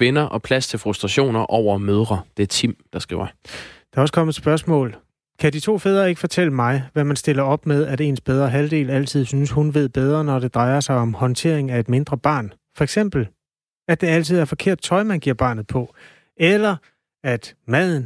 kvinder og plads til frustrationer over mødre. Det er Tim, der skriver. Der er også kommet et spørgsmål. Kan de to fædre ikke fortælle mig, hvad man stiller op med, at ens bedre halvdel altid synes, hun ved bedre, når det drejer sig om håndtering af et mindre barn? For eksempel, at det altid er forkert tøj, man giver barnet på. Eller at maden,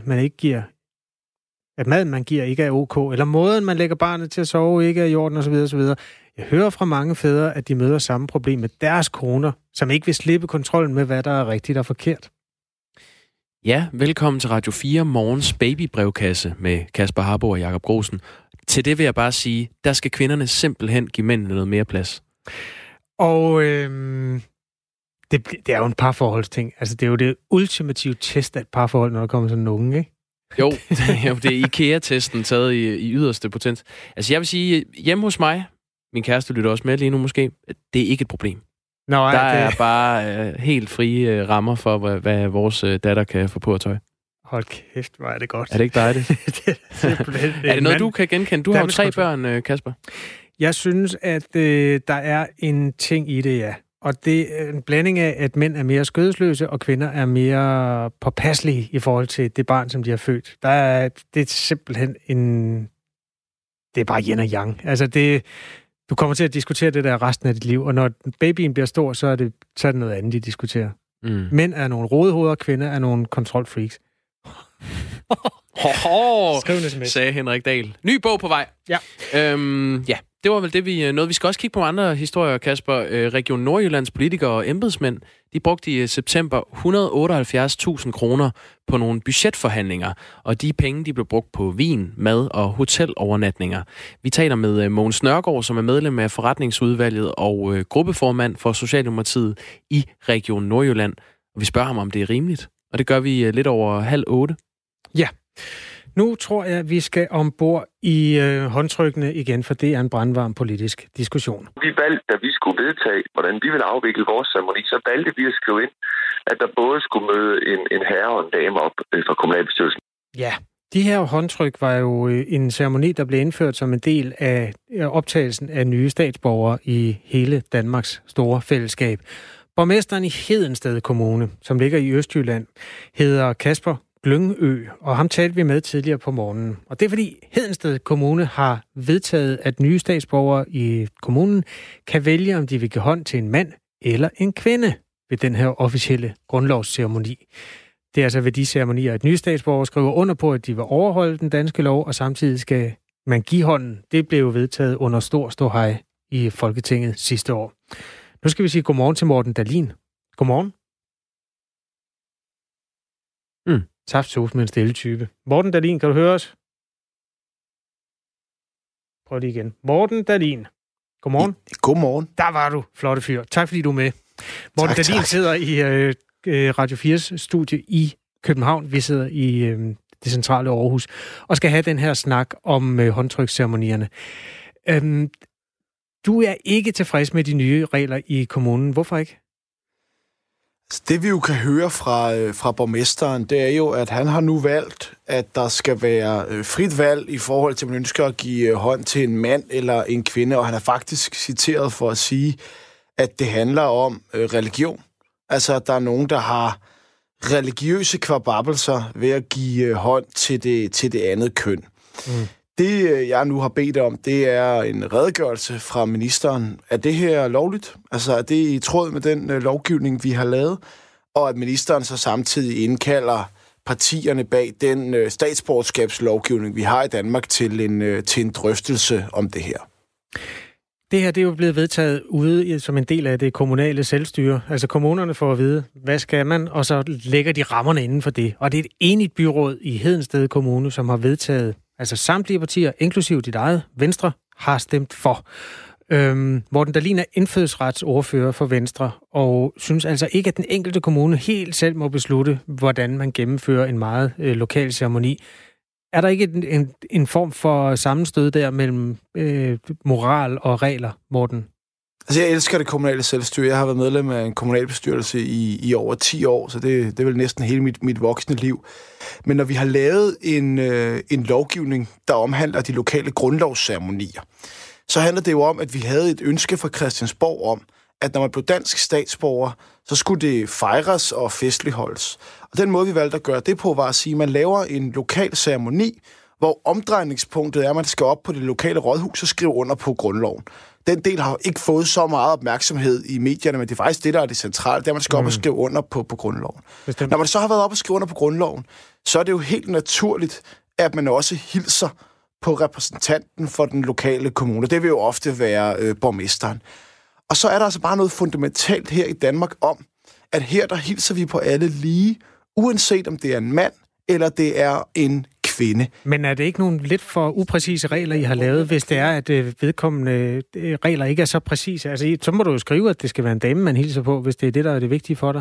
man giver, ikke er ok. Eller måden, man lægger barnet til at sove, ikke er i orden osv. osv. Jeg hører fra mange fædre, at de møder samme problem med deres koner, som ikke vil slippe kontrollen med, hvad der er rigtigt og forkert. Ja, velkommen til Radio 4 Morgens babybrevkasse med Kasper Harbo og Jakob Grosen. Til det vil jeg bare sige, der skal kvinderne simpelthen give mændene noget mere plads. Og det er jo en parforholdsting. Altså, det er jo det ultimative test af et parforhold, når der kommer sådan en unge, ikke? Jo, det er IKEA-testen taget i yderste potens. Altså, jeg vil sige, hjemme hos mig, min kæreste lytter også med lige nu måske, det er ikke et problem. Nå, der er bare helt frie rammer for, hvad vores datter kan få på at tøj. Hold kæft, hvor er det godt. Er det ikke dejligt? Er det noget, du kan genkende? Du har jo 3 børn, Kasper. Jeg synes, at der er en ting i det, ja. Og det er en blanding af, at mænd er mere skødesløse, og kvinder er mere påpasselige i forhold til det barn, som de har født. Det er simpelthen det er bare yin og yang. Altså du kommer til at diskutere det der resten af dit liv, og når babyen bliver stor, så er det noget andet, de diskuterer. Mænd er nogle rodehoveder, kvinder er nogle kontrolfreaks. Skriv en sms. Sagde Henrik Dahl. Ny bog på vej. Ja. Ja, det var vel det, vi nåede. Vi skal også kigge på andre historier, Kasper. Region Nordjyllands politikere og embedsmænd, de brugte i september 178.000 kroner på nogle budgetforhandlinger, og de penge, de blev brugt på vin, mad og hotelovernatninger. Vi taler med Mogens Nørgaard, som er medlem af forretningsudvalget og gruppeformand for Socialdemokratiet i Region Nordjylland. Og vi spørger ham, om det er rimeligt. Og det gør vi lidt over 7:30. Ja. Nu tror jeg, at vi skal ombord i håndtrykkene igen, for det er en brandvarm politisk diskussion. Vi valgte, da vi skulle vedtage, hvordan vi ville afvikle vores ceremoni, så valgte vi at skrive ind, at der både skulle møde en herre og en dame op fra kommunalbestyrelsen. Ja, de her håndtryk var jo en ceremoni, der blev indført som en del af optagelsen af nye statsborgere i hele Danmarks store fællesskab. Borgmesteren i Hedensted Kommune, som ligger i Østjylland, hedder Kasper Glyngø, og ham talte vi med tidligere på morgenen. Og det er fordi Hedensted Kommune har vedtaget, at nye statsborgere i kommunen kan vælge, om de vil give hånd til en mand eller en kvinde ved den her officielle grundlovsceremoni. Det er altså ved de ceremonier, at nye statsborgere skriver under på, at de vil overholde den danske lov, og samtidig skal man give hånden. Det blev jo vedtaget under stor ståhej i Folketinget sidste år. Nu skal vi sige godmorgen til Morten Dahlin. Godmorgen. Saftsus med en stille type. Morten Dahlin, kan du høre os? Prøv det igen. Morten Dahlin. Godmorgen. Godmorgen. Der var du. Flotte fyr. Tak fordi du er med. Morten Dahlin sidder i Radio 4's studie i København. Vi sidder i det centrale Aarhus og skal have den her snak om håndtryksceremonierne. Du er ikke tilfreds med de nye regler i kommunen. Hvorfor ikke? Det vi jo kan høre fra borgmesteren, det er jo, at han har nu valgt, at der skal være frit valg i forhold til, at man ønsker at give hånd til en mand eller en kvinde, og han er faktisk citeret for at sige, at det handler om religion. Altså, at der er nogen, der har religiøse kvababelser ved at give hånd til det andet køn. Det, jeg nu har bedt om, det er en redegørelse fra ministeren. Er det her lovligt? Altså, er det i tråd med den lovgivning, vi har lavet? Og at ministeren så samtidig indkalder partierne bag den statsborgerskabslovgivning, vi har i Danmark, til en drøftelse om det her. Det her det er jo blevet vedtaget ude som en del af det kommunale selvstyre. Altså kommunerne får at vide, hvad skal man, og så lægger de rammerne inden for det. Og det er et enigt byråd i Hedensted Kommune, som har vedtaget, altså samtlige partier, inklusive dit eget, Venstre, har stemt for. Morten Dahlin er indfødsretsordfører for Venstre, og synes altså ikke, at den enkelte kommune helt selv må beslutte, hvordan man gennemfører en meget lokal ceremoni. Er der ikke en form for sammenstød der mellem moral og regler, Morten? Altså, jeg elsker det kommunale selvstyre. Jeg har været medlem af en kommunalbestyrelse i over 10 år, så det er vel næsten hele mit voksne liv. Men når vi har lavet en lovgivning, der omhandler de lokale grundlovsceremonier, så handler det jo om, at vi havde et ønske fra Christiansborg om, at når man blev dansk statsborger, så skulle det fejres og festligholdes. Og den måde, vi valgte at gøre det på, var at sige, at man laver en lokal ceremoni, hvor omdrejningspunktet er, at man skal op på det lokale rådhus og skrive under på grundloven. Den del har ikke fået så meget opmærksomhed i medierne, men det er faktisk det, der er det centrale, det er, at man skal op og skrive under på grundloven. Bestemt. Når man så har været op og skrive under på grundloven, så er det jo helt naturligt, at man også hilser på repræsentanten for den lokale kommune. Det vil jo ofte være borgmesteren. Og så er der altså bare noget fundamentalt her i Danmark om, at her der hilser vi på alle lige, uanset om det er en mand eller det er en kvinde. Men er det ikke nogle lidt for upræcise regler, I har lavet, hvis det er, at vedkommende regler ikke er så præcise? Altså, så må du jo skrive, at det skal være en dame, man hilser på, hvis det er det, der er det vigtige for dig.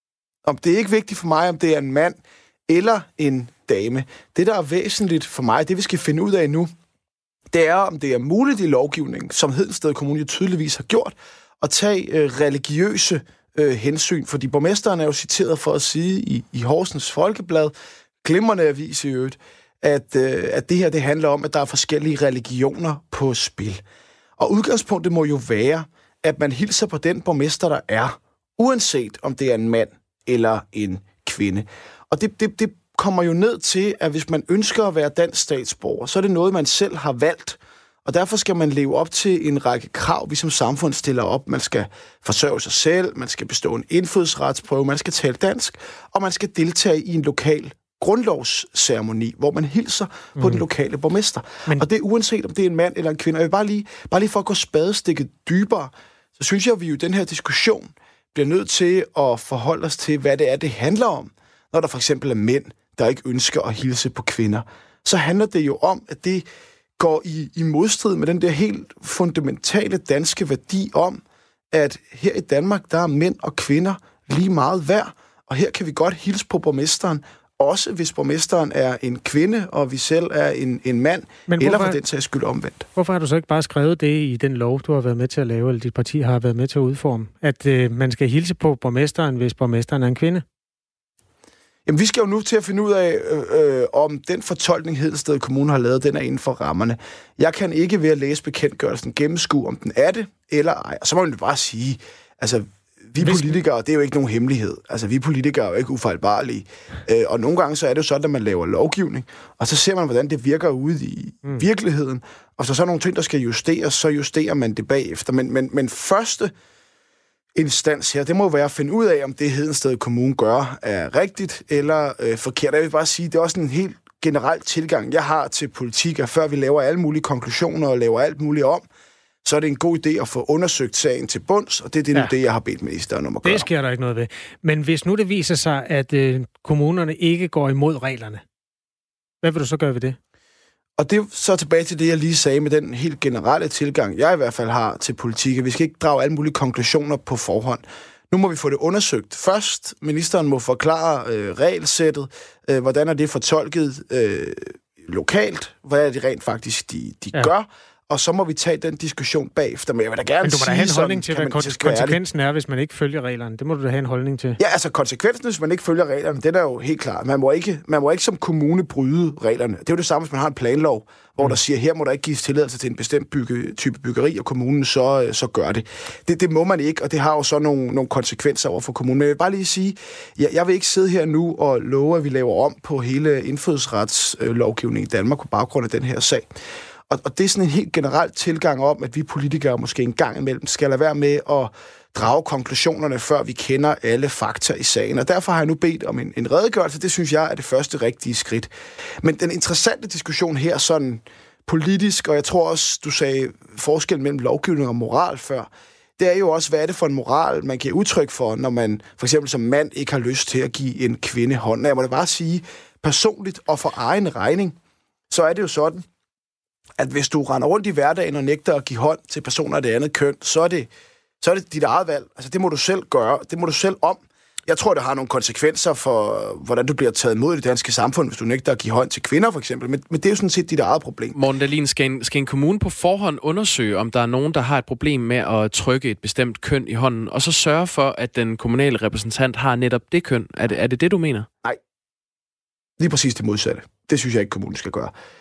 Om det er ikke vigtigt for mig, om det er en mand eller en dame. Det, der er væsentligt for mig, det vi skal finde ud af nu, det er, om det er muligt i lovgivningen, som Hedensted Kommune jo tydeligvis har gjort, at tage religiøse hensyn. Fordi borgmesteren er jo citeret for at sige i Horsens Folkeblad, glimrende avis i øvrigt, at det her det handler om, at der er forskellige religioner på spil. Og udgangspunktet må jo være, at man hilser på den borgmester, der er, uanset om det er en mand eller en kvinde. Og det kommer jo ned til, at hvis man ønsker at være dansk statsborger, så er det noget, man selv har valgt. Og derfor skal man leve op til en række krav, vi som samfund stiller op. Man skal forsørge sig selv, man skal bestå en indfødsretsprøve, man skal tale dansk, og man skal deltage i en lokal grundlovsceremoni, hvor man hilser på den lokale borgmester. Og det er uanset, om det er en mand eller en kvinde. Og jeg vil bare lige for at gå spadestikket dybere, så synes jeg, at vi jo i den her diskussion bliver nødt til at forholde os til, hvad det er, det handler om. Når der for eksempel er mænd, der ikke ønsker at hilse på kvinder, så handler det jo om, at det går i modstrid med den der helt fundamentale danske værdi om, at her i Danmark, der er mænd og kvinder lige meget værd, og her kan vi godt hilse på borgmesteren, også hvis borgmesteren er en kvinde, og vi selv er en mand, eller for den sags skyld omvendt. Hvorfor har du så ikke bare skrevet det i den lov, du har været med til at lave, eller dit parti har været med til at udforme, at man skal hilse på borgmesteren, hvis borgmesteren er en kvinde? Jamen, vi skal jo nu til at finde ud af, om den fortolkning, Hedensted Kommune har lavet, den er inden for rammerne. Jeg kan ikke ved at læse bekendtgørelsen gennemskue, om den er det eller ej. Og så må man jo bare sige, altså, vi politikere, det er jo ikke nogen hemmelighed. Altså, vi politikere er jo ikke ufejlbarlige. Og nogle gange så er det jo sådan, at man laver lovgivning, og så ser man, hvordan det virker ude i virkeligheden. Og så er nogle ting, der skal justeres, så justerer man det bagefter. Men første instans her, det må være at finde ud af, om det Hedensted Kommune gør er rigtigt eller forkert. Jeg vil bare sige, det er også en helt generel tilgang, jeg har til politik, at før vi laver alle mulige konklusioner og laver alt muligt om, så er det en god idé at få undersøgt sagen til bunds, og det er det, jeg har bedt ministeren om at gøre. Det sker der ikke noget ved. Men hvis nu det viser sig, at kommunerne ikke går imod reglerne, hvad vil du så gøre ved det? Og det er så tilbage til det, jeg lige sagde med den helt generelle tilgang, jeg i hvert fald har til politik. Vi skal ikke drage alle mulige konklusioner på forhånd. Nu må vi få det undersøgt. Først, ministeren må forklare regelsættet, hvordan er det fortolket lokalt, hvad er det rent faktisk, de gør, og så må vi tage den diskussion bagefter. Men jeg vil da gerne sige... Men du må da have en holdning til, hvad konsekvensen er, hvis man ikke følger reglerne. Det må du da have en holdning til. Ja, altså konsekvensen, hvis man ikke følger reglerne, det er jo helt klart. Man må ikke som kommune bryde reglerne. Det er jo det samme, hvis man har en planlov, hvor der siger, her må der ikke gives tilladelse til en bestemt type byggeri, og kommunen så gør det. Det må man ikke, og det har jo så nogle konsekvenser over for kommunen. Men jeg vil bare lige sige, jeg vil ikke sidde her nu og love, at vi laver om på hele indfødsretslovgivningen i Danmark på baggrund af den her sag. Og det er sådan en helt generel tilgang om, at vi politikere måske en gang imellem skal lade være med at drage konklusionerne, før vi kender alle fakta i sagen. Og derfor har jeg nu bedt om en redegørelse. Det synes jeg er det første rigtige skridt. Men den interessante diskussion her, sådan politisk, og jeg tror også, du sagde forskel mellem lovgivning og moral før, det er jo også, hvad er det for en moral, man giver udtryk for, når man for eksempel som mand ikke har lyst til at give en kvinde hånd. Jeg må da bare sige, personligt og for egen regning, så er det jo sådan, at hvis du render rundt i hverdagen og nægter at give hånd til personer af det andet køn, så er det dit eget valg. Altså, det må du selv gøre. Det må du selv om. Jeg tror, det har nogle konsekvenser for, hvordan du bliver taget imod i det danske samfund, hvis du nægter at give hånd til kvinder, for eksempel. Men det er jo sådan set dit eget problem. Morten Dahlin, skal en kommune på forhånd undersøge, om der er nogen, der har et problem med at trykke et bestemt køn i hånden, og så sørge for, at den kommunale repræsentant har netop det køn? Er det det, du mener? Nej. Lige præcis det modsatte. Det synes jeg ikke, kommunen skal gøre.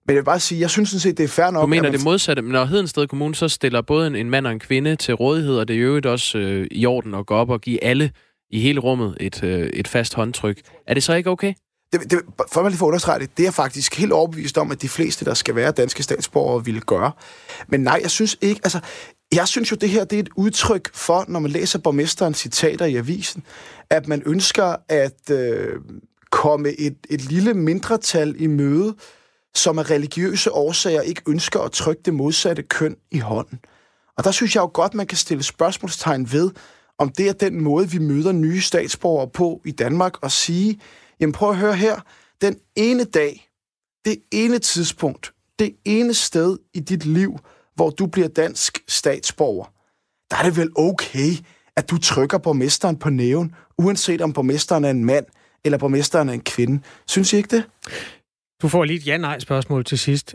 Men jeg vil bare sige, jeg synes sådan set, det er fair nok... Du mener det modsatte, men når Hedensted Kommune så stiller både en mand og en kvinde til rådighed, og det er jo også i orden at gå op og give alle i hele rummet et fast håndtryk. Er det så ikke okay? For at lige få understreget det er faktisk helt overbevist om, at de fleste, der skal være danske statsborgere, ville gøre. Men nej, jeg synes ikke... Altså, jeg synes jo, det her det er et udtryk for, når man læser borgmesterens citater i avisen, at man ønsker at komme et lille mindretal i møde, som af religiøse årsager ikke ønsker at trykke det modsatte køn i hånden. Og der synes jeg jo godt, man kan stille spørgsmålstegn ved, om det er den måde, vi møder nye statsborgere på i Danmark, og sige, jamen prøv at høre her, den ene dag, det ene tidspunkt, det ene sted i dit liv, hvor du bliver dansk statsborger, der er det vel okay, at du trykker borgmesteren på næven, uanset om borgmesteren er en mand, eller borgmesteren er en kvinde. Synes I ikke det? Du får lige et ja-nej-spørgsmål til sidst.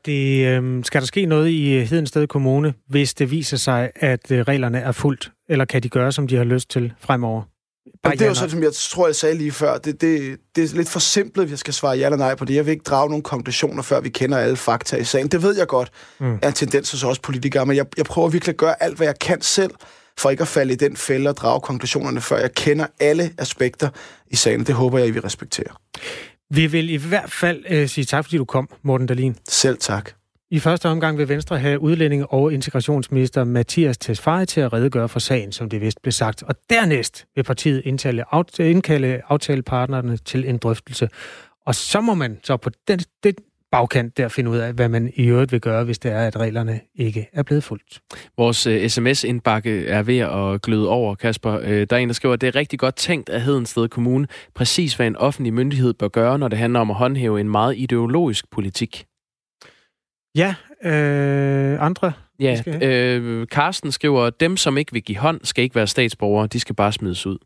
Skal der ske noget i Hedensted Kommune, hvis det viser sig, at reglerne er fuldt, eller kan de gøre, som de har lyst til fremover? Det er jo sådan, som jeg tror, jeg sagde lige før. Det er lidt for simpelt, hvis jeg skal svare ja eller nej på det. Jeg vil ikke drage nogle konklusioner, før vi kender alle fakta i sagen. Det ved jeg godt er en tendens hos os politikere, men jeg prøver virkelig at gøre alt, hvad jeg kan selv, for ikke at falde i den fælde og drage konklusionerne, før jeg kender alle aspekter i sagen. Det håber jeg, I vil respektere. Vi vil i hvert fald sige tak, fordi du kom, Morten Dahlin. Selv tak. I første omgang vil Venstre have udlændinge- og integrationsminister Mattias Tesfaye til at redegøre for sagen, som det vist blev sagt. Og dernæst vil partiet indkalde aftalepartnerne til en drøftelse. Og så må man så på den bagkant der finde ud af, hvad man i øvrigt vil gøre, hvis det er, at reglerne ikke er blevet fulgt. Vores sms-indbakke er ved at gløde over, Kasper. Der er en, der skriver, at det er rigtig godt tænkt af Hedensted Kommune præcis, hvad en offentlig myndighed bør gøre, når det handler om at håndhæve en meget ideologisk politik. Ja, andre? Ja, Carsten skriver, at dem, som ikke vil give hånd, skal ikke være statsborgere. De skal bare smides ud.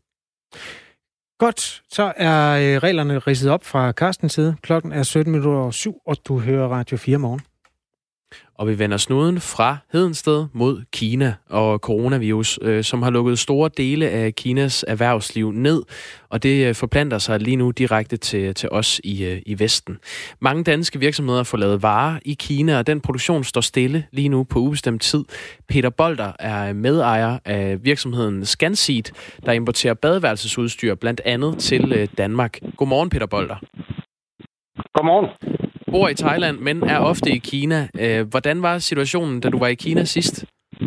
Godt, så er reglerne ridset op fra Carstens side. Klokken er 17:07, og du hører Radio 4 morgen. Og vi vender snuden fra Hedensted mod Kina og coronavirus, som har lukket store dele af Kinas erhvervsliv ned, og det forplanter sig lige nu direkte til os i Vesten. Mange danske virksomheder får lavet varer i Kina, og den produktion står stille lige nu på ubestemt tid. Peter Bolter er medejer af virksomheden Scanseed, der importerer badeværelsesudstyr blandt andet til Danmark. Godmorgen, Peter Bolter. Godmorgen. Bor i Thailand, men er ofte i Kina. Hvordan var situationen, da du var i Kina sidst?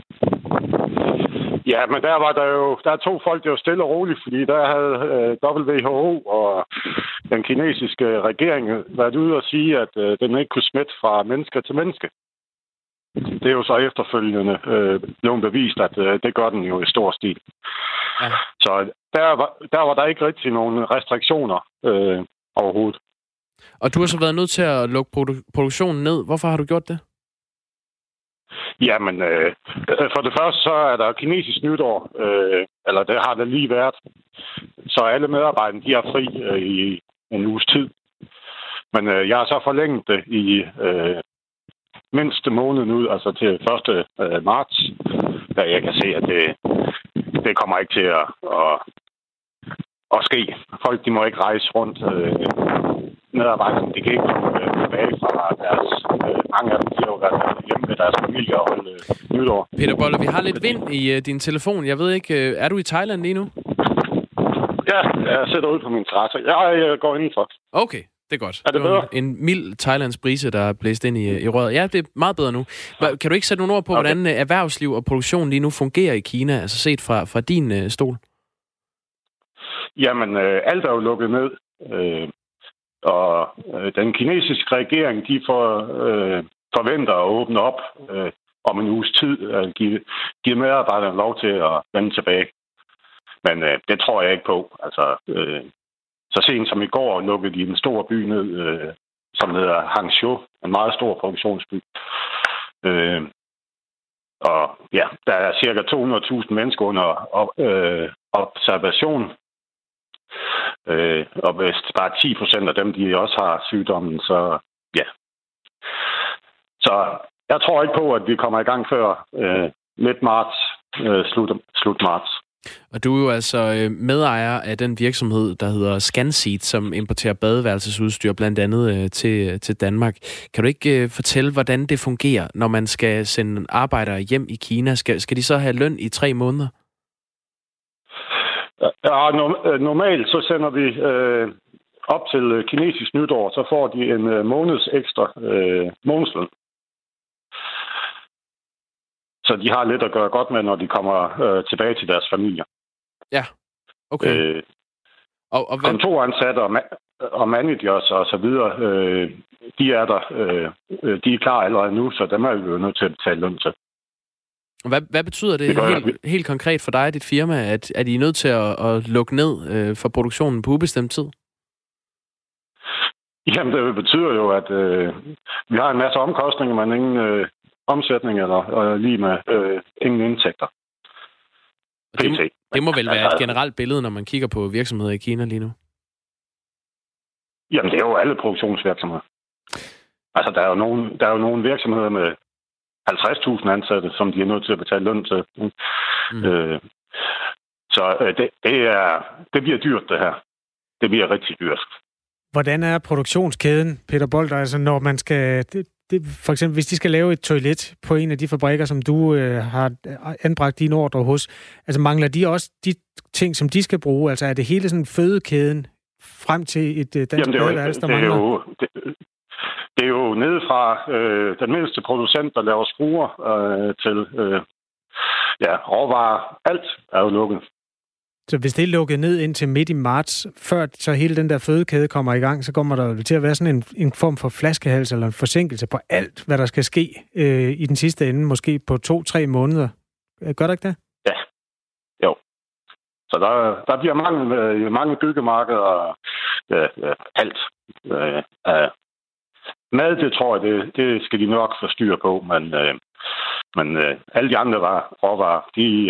Ja, men der er to folk, der var stille og roligt, fordi der havde WHO og den kinesiske regering været ude og sige, at den ikke kunne smitte fra menneske til menneske. Det er jo så efterfølgende blevet bevist, at det gør den jo i stor stil. Ja. Så der var der ikke rigtig nogen restriktioner overhovedet. Og du har så været nødt til at lukke produktionen ned. Hvorfor har du gjort det? Jamen, for det første så er der kinesisk nytår, eller det har det lige været. Så alle medarbejdere, de er fri i en uges tid. Men jeg har så forlænget det i mindste måned ud, altså til 1. marts, da jeg kan se, at det kommer ikke til at ske. Folk, de må ikke rejse rundt. Medarbejderne, de kan ikke komme tilbage fra deres... mange af dem, de har jo været hjemme med deres familie og holde nytår. Peter Boller, vi har lidt vind i din telefon. Jeg ved ikke, er du i Thailand lige nu? Ja, jeg sidder ude på min terrasse. Jeg går indenfor. Okay, det er godt. Er det bedre? En mild Thailands brise, der er blæst ind i røret. Ja, det er meget bedre nu. Kan du ikke sætte nogle ord på, hvordan erhvervsliv og produktion lige nu fungerer i Kina, altså set fra din stol? Jamen, alt er jo lukket ned. Og den kinesiske regering, de forventer at åbne op om en uges tid, at give medarbejderne lov til at vende tilbage. Men det tror jeg ikke på. Altså, så sent som i går lukkede de en stor by ned, som hedder Hangzhou, en meget stor produktionsby. Og ja, der er cirka 200.000 mennesker under observation. Og hvis bare 10% af dem, de også har sygdommen, så ja. Så jeg tror ikke på, at vi kommer i gang før midt marts, slut marts. Og du er jo altså medejer af den virksomhed, der hedder Scanseed, som importerer badeværelsesudstyr blandt andet til Danmark. Kan du ikke fortælle, hvordan det fungerer, når man skal sende arbejdere hjem i Kina? Skal de så have løn i 3 måneder? Ja, normalt så sender vi op til kinesisk nytår, så får de en måneds ekstra månedsløn. Så de har lidt at gøre godt med, når de kommer tilbage til deres familier. Ja, okay. Og kontoransatte og managers og så videre, de er der. De er klar allerede nu, så dem er vi jo nødt til at betale løn til. Hvad betyder det helt konkret for dig og dit firma, at I er nødt til at lukke ned for produktionen på ubestemt tid? Jamen, det betyder jo, at vi har en masse omkostninger, men ingen omsætning eller lige med ingen indtægter. Det må vel være et generelt billede, når man kigger på virksomheder i Kina lige nu? Jamen, det er jo alle produktionsvirksomheder. Altså, der er jo nogle virksomheder med 50.000 ansatte, som de er nødt til at betale løn til. Så det bliver dyrt, det her. Det bliver rigtig dyrt. Hvordan er produktionskæden, Peter Bolter? Altså, når man skal... for eksempel, hvis de skal lave et toilet på en af de fabrikker, som du har anbragt dine ordre hos, altså mangler de også de ting, som de skal bruge? Altså, er det hele sådan fødekæden frem til et dansk badeværelse, der mangler? Det er jo nede fra den mindste producent, der laver skruer til råvarer. Alt er jo lukket. Så hvis det er lukket ned indtil midt i marts, før så hele den der fødekæde kommer i gang, så kommer der jo til at være sådan en form for flaskehals eller en forsinkelse på alt, hvad der skal ske i den sidste ende, måske på 2-3 måneder. Gør der ikke det? Ja. Jo. Så der bliver mange byggemarkeder og alt. Mad, det tror jeg, det skal de nok få styr på, men alle de andre råvarer,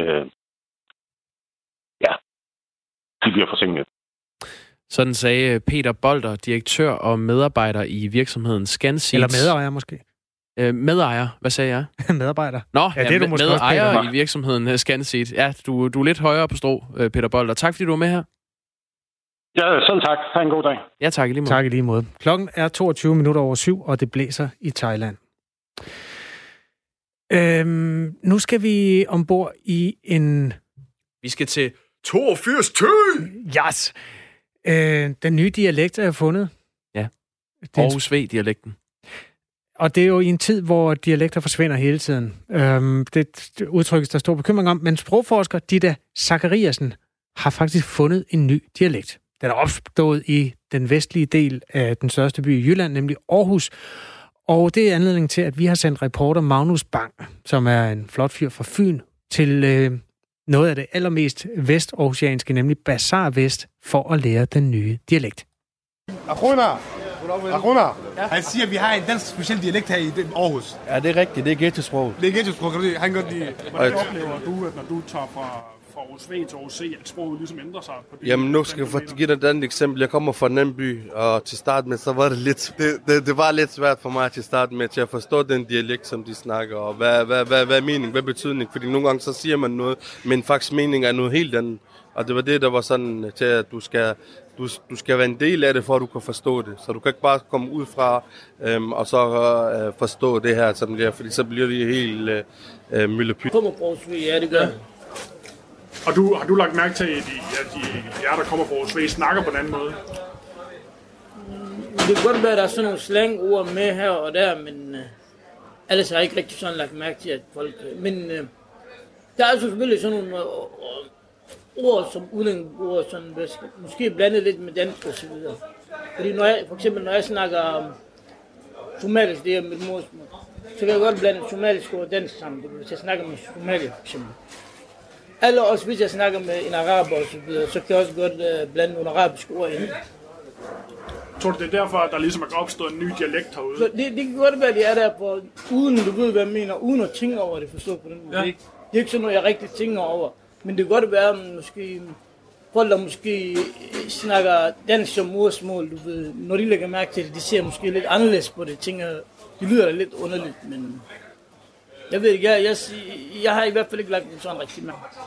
de bliver forsinket. Sådan sagde Peter Bolter, direktør og medarbejder i virksomheden Scanseed. Eller medejer måske. Medejer, hvad sagde jeg? Medarbejder. Nå, ja, det er du måske medejer også, i virksomheden Scanseed. Ja, du er lidt højere på strå, Peter Bolter. Tak fordi du var med her. Ja, selv tak. Ha' en god dag. Ja, tak i lige måde. Tak i lige måde. Klokken er 22:07, og det blæser i Thailand. Nu skal vi ombord i en... Vi skal til 82 Yes! Den nye dialekt er fundet. Ja, Aarhus V-dialekten. Og det er jo i en tid, hvor dialekter forsvinder hele tiden. Det udtrykkes der stor bekymring om, men sprogforsker Ditte Zachariasen har faktisk fundet en ny dialekt. Den er opstået i den vestlige del af den største by i Jylland, nemlig Aarhus. Og det er anledning til, at vi har sendt reporter Magnus Bang, som er en flot fyr fra Fyn, til noget af det allermest vestaarhusianske, nemlig Bazar Vest, for at lære den nye dialekt. Aruna, han siger, at vi har en dansk speciel dialekt her i Aarhus. Ja, det er rigtigt. Det er ghettosprog. Det er ghettosprog, kan du han godt lide. Hvordan oplever du, at når du tager fra Aarhus V til Aarhus C, at sproget ligesom ændrer sig? På Jamen, nu skal jeg give dig et andet eksempel. Jeg kommer fra en anden by, og til start med, så var det lidt... Det var lidt svært for mig til start med, til at forstå den dialekt, som de snakker, og hvad er mening, hvad er betydning? Fordi nogle gange så siger man noget, men faktisk mening er noget helt andet. Og det var det, der var sådan til, at du skal være en del af det, for at du kan forstå det. Så du kan ikke bare komme ud fra og så forstå det her, som det er, fordi så bliver det helt møllepyt. Ja, det gør. Og har du lagt mærke til, at jer, der kommer fra Aarhus V, snakker på en anden måde? Det kan godt være, at der er sådan nogle slangord med her og der, men ellers har jeg ikke rigtig sådan lagt mærke til, at folk... Men der er altså selvfølgelig sådan nogle ord, som udlændinge bruger, sådan, måske blandet lidt med dansk og så videre. Fordi når jeg snakker somalisk, det er mit modersmål, så kan jeg godt blande somalisk og dansk sammen. Hvis jeg snakker med somalier, for eksempel. Eller også hvis jeg snakker med en araber og så videre, så kan jeg også godt blande nogle arabiske ord ind. Tror du, det er derfor, at der ligesom er opstået en ny dialekt herude? Så det kan godt være, at det er der, for, uden du ved, hvad jeg mener, uden at tænke over det, forstå på den måde. Ja. Det er ikke sådan noget, jeg rigtig tænker over. Men det kan godt være, at måske folk, der måske snakker dansk som modersmål, du ved, når de lægger mærke til det, de ser måske lidt anderledes på det. Tænker, det lyder da lidt underligt, men jeg ved ikke, jeg har i hvert fald ikke lagt det sådan rigtig mærke.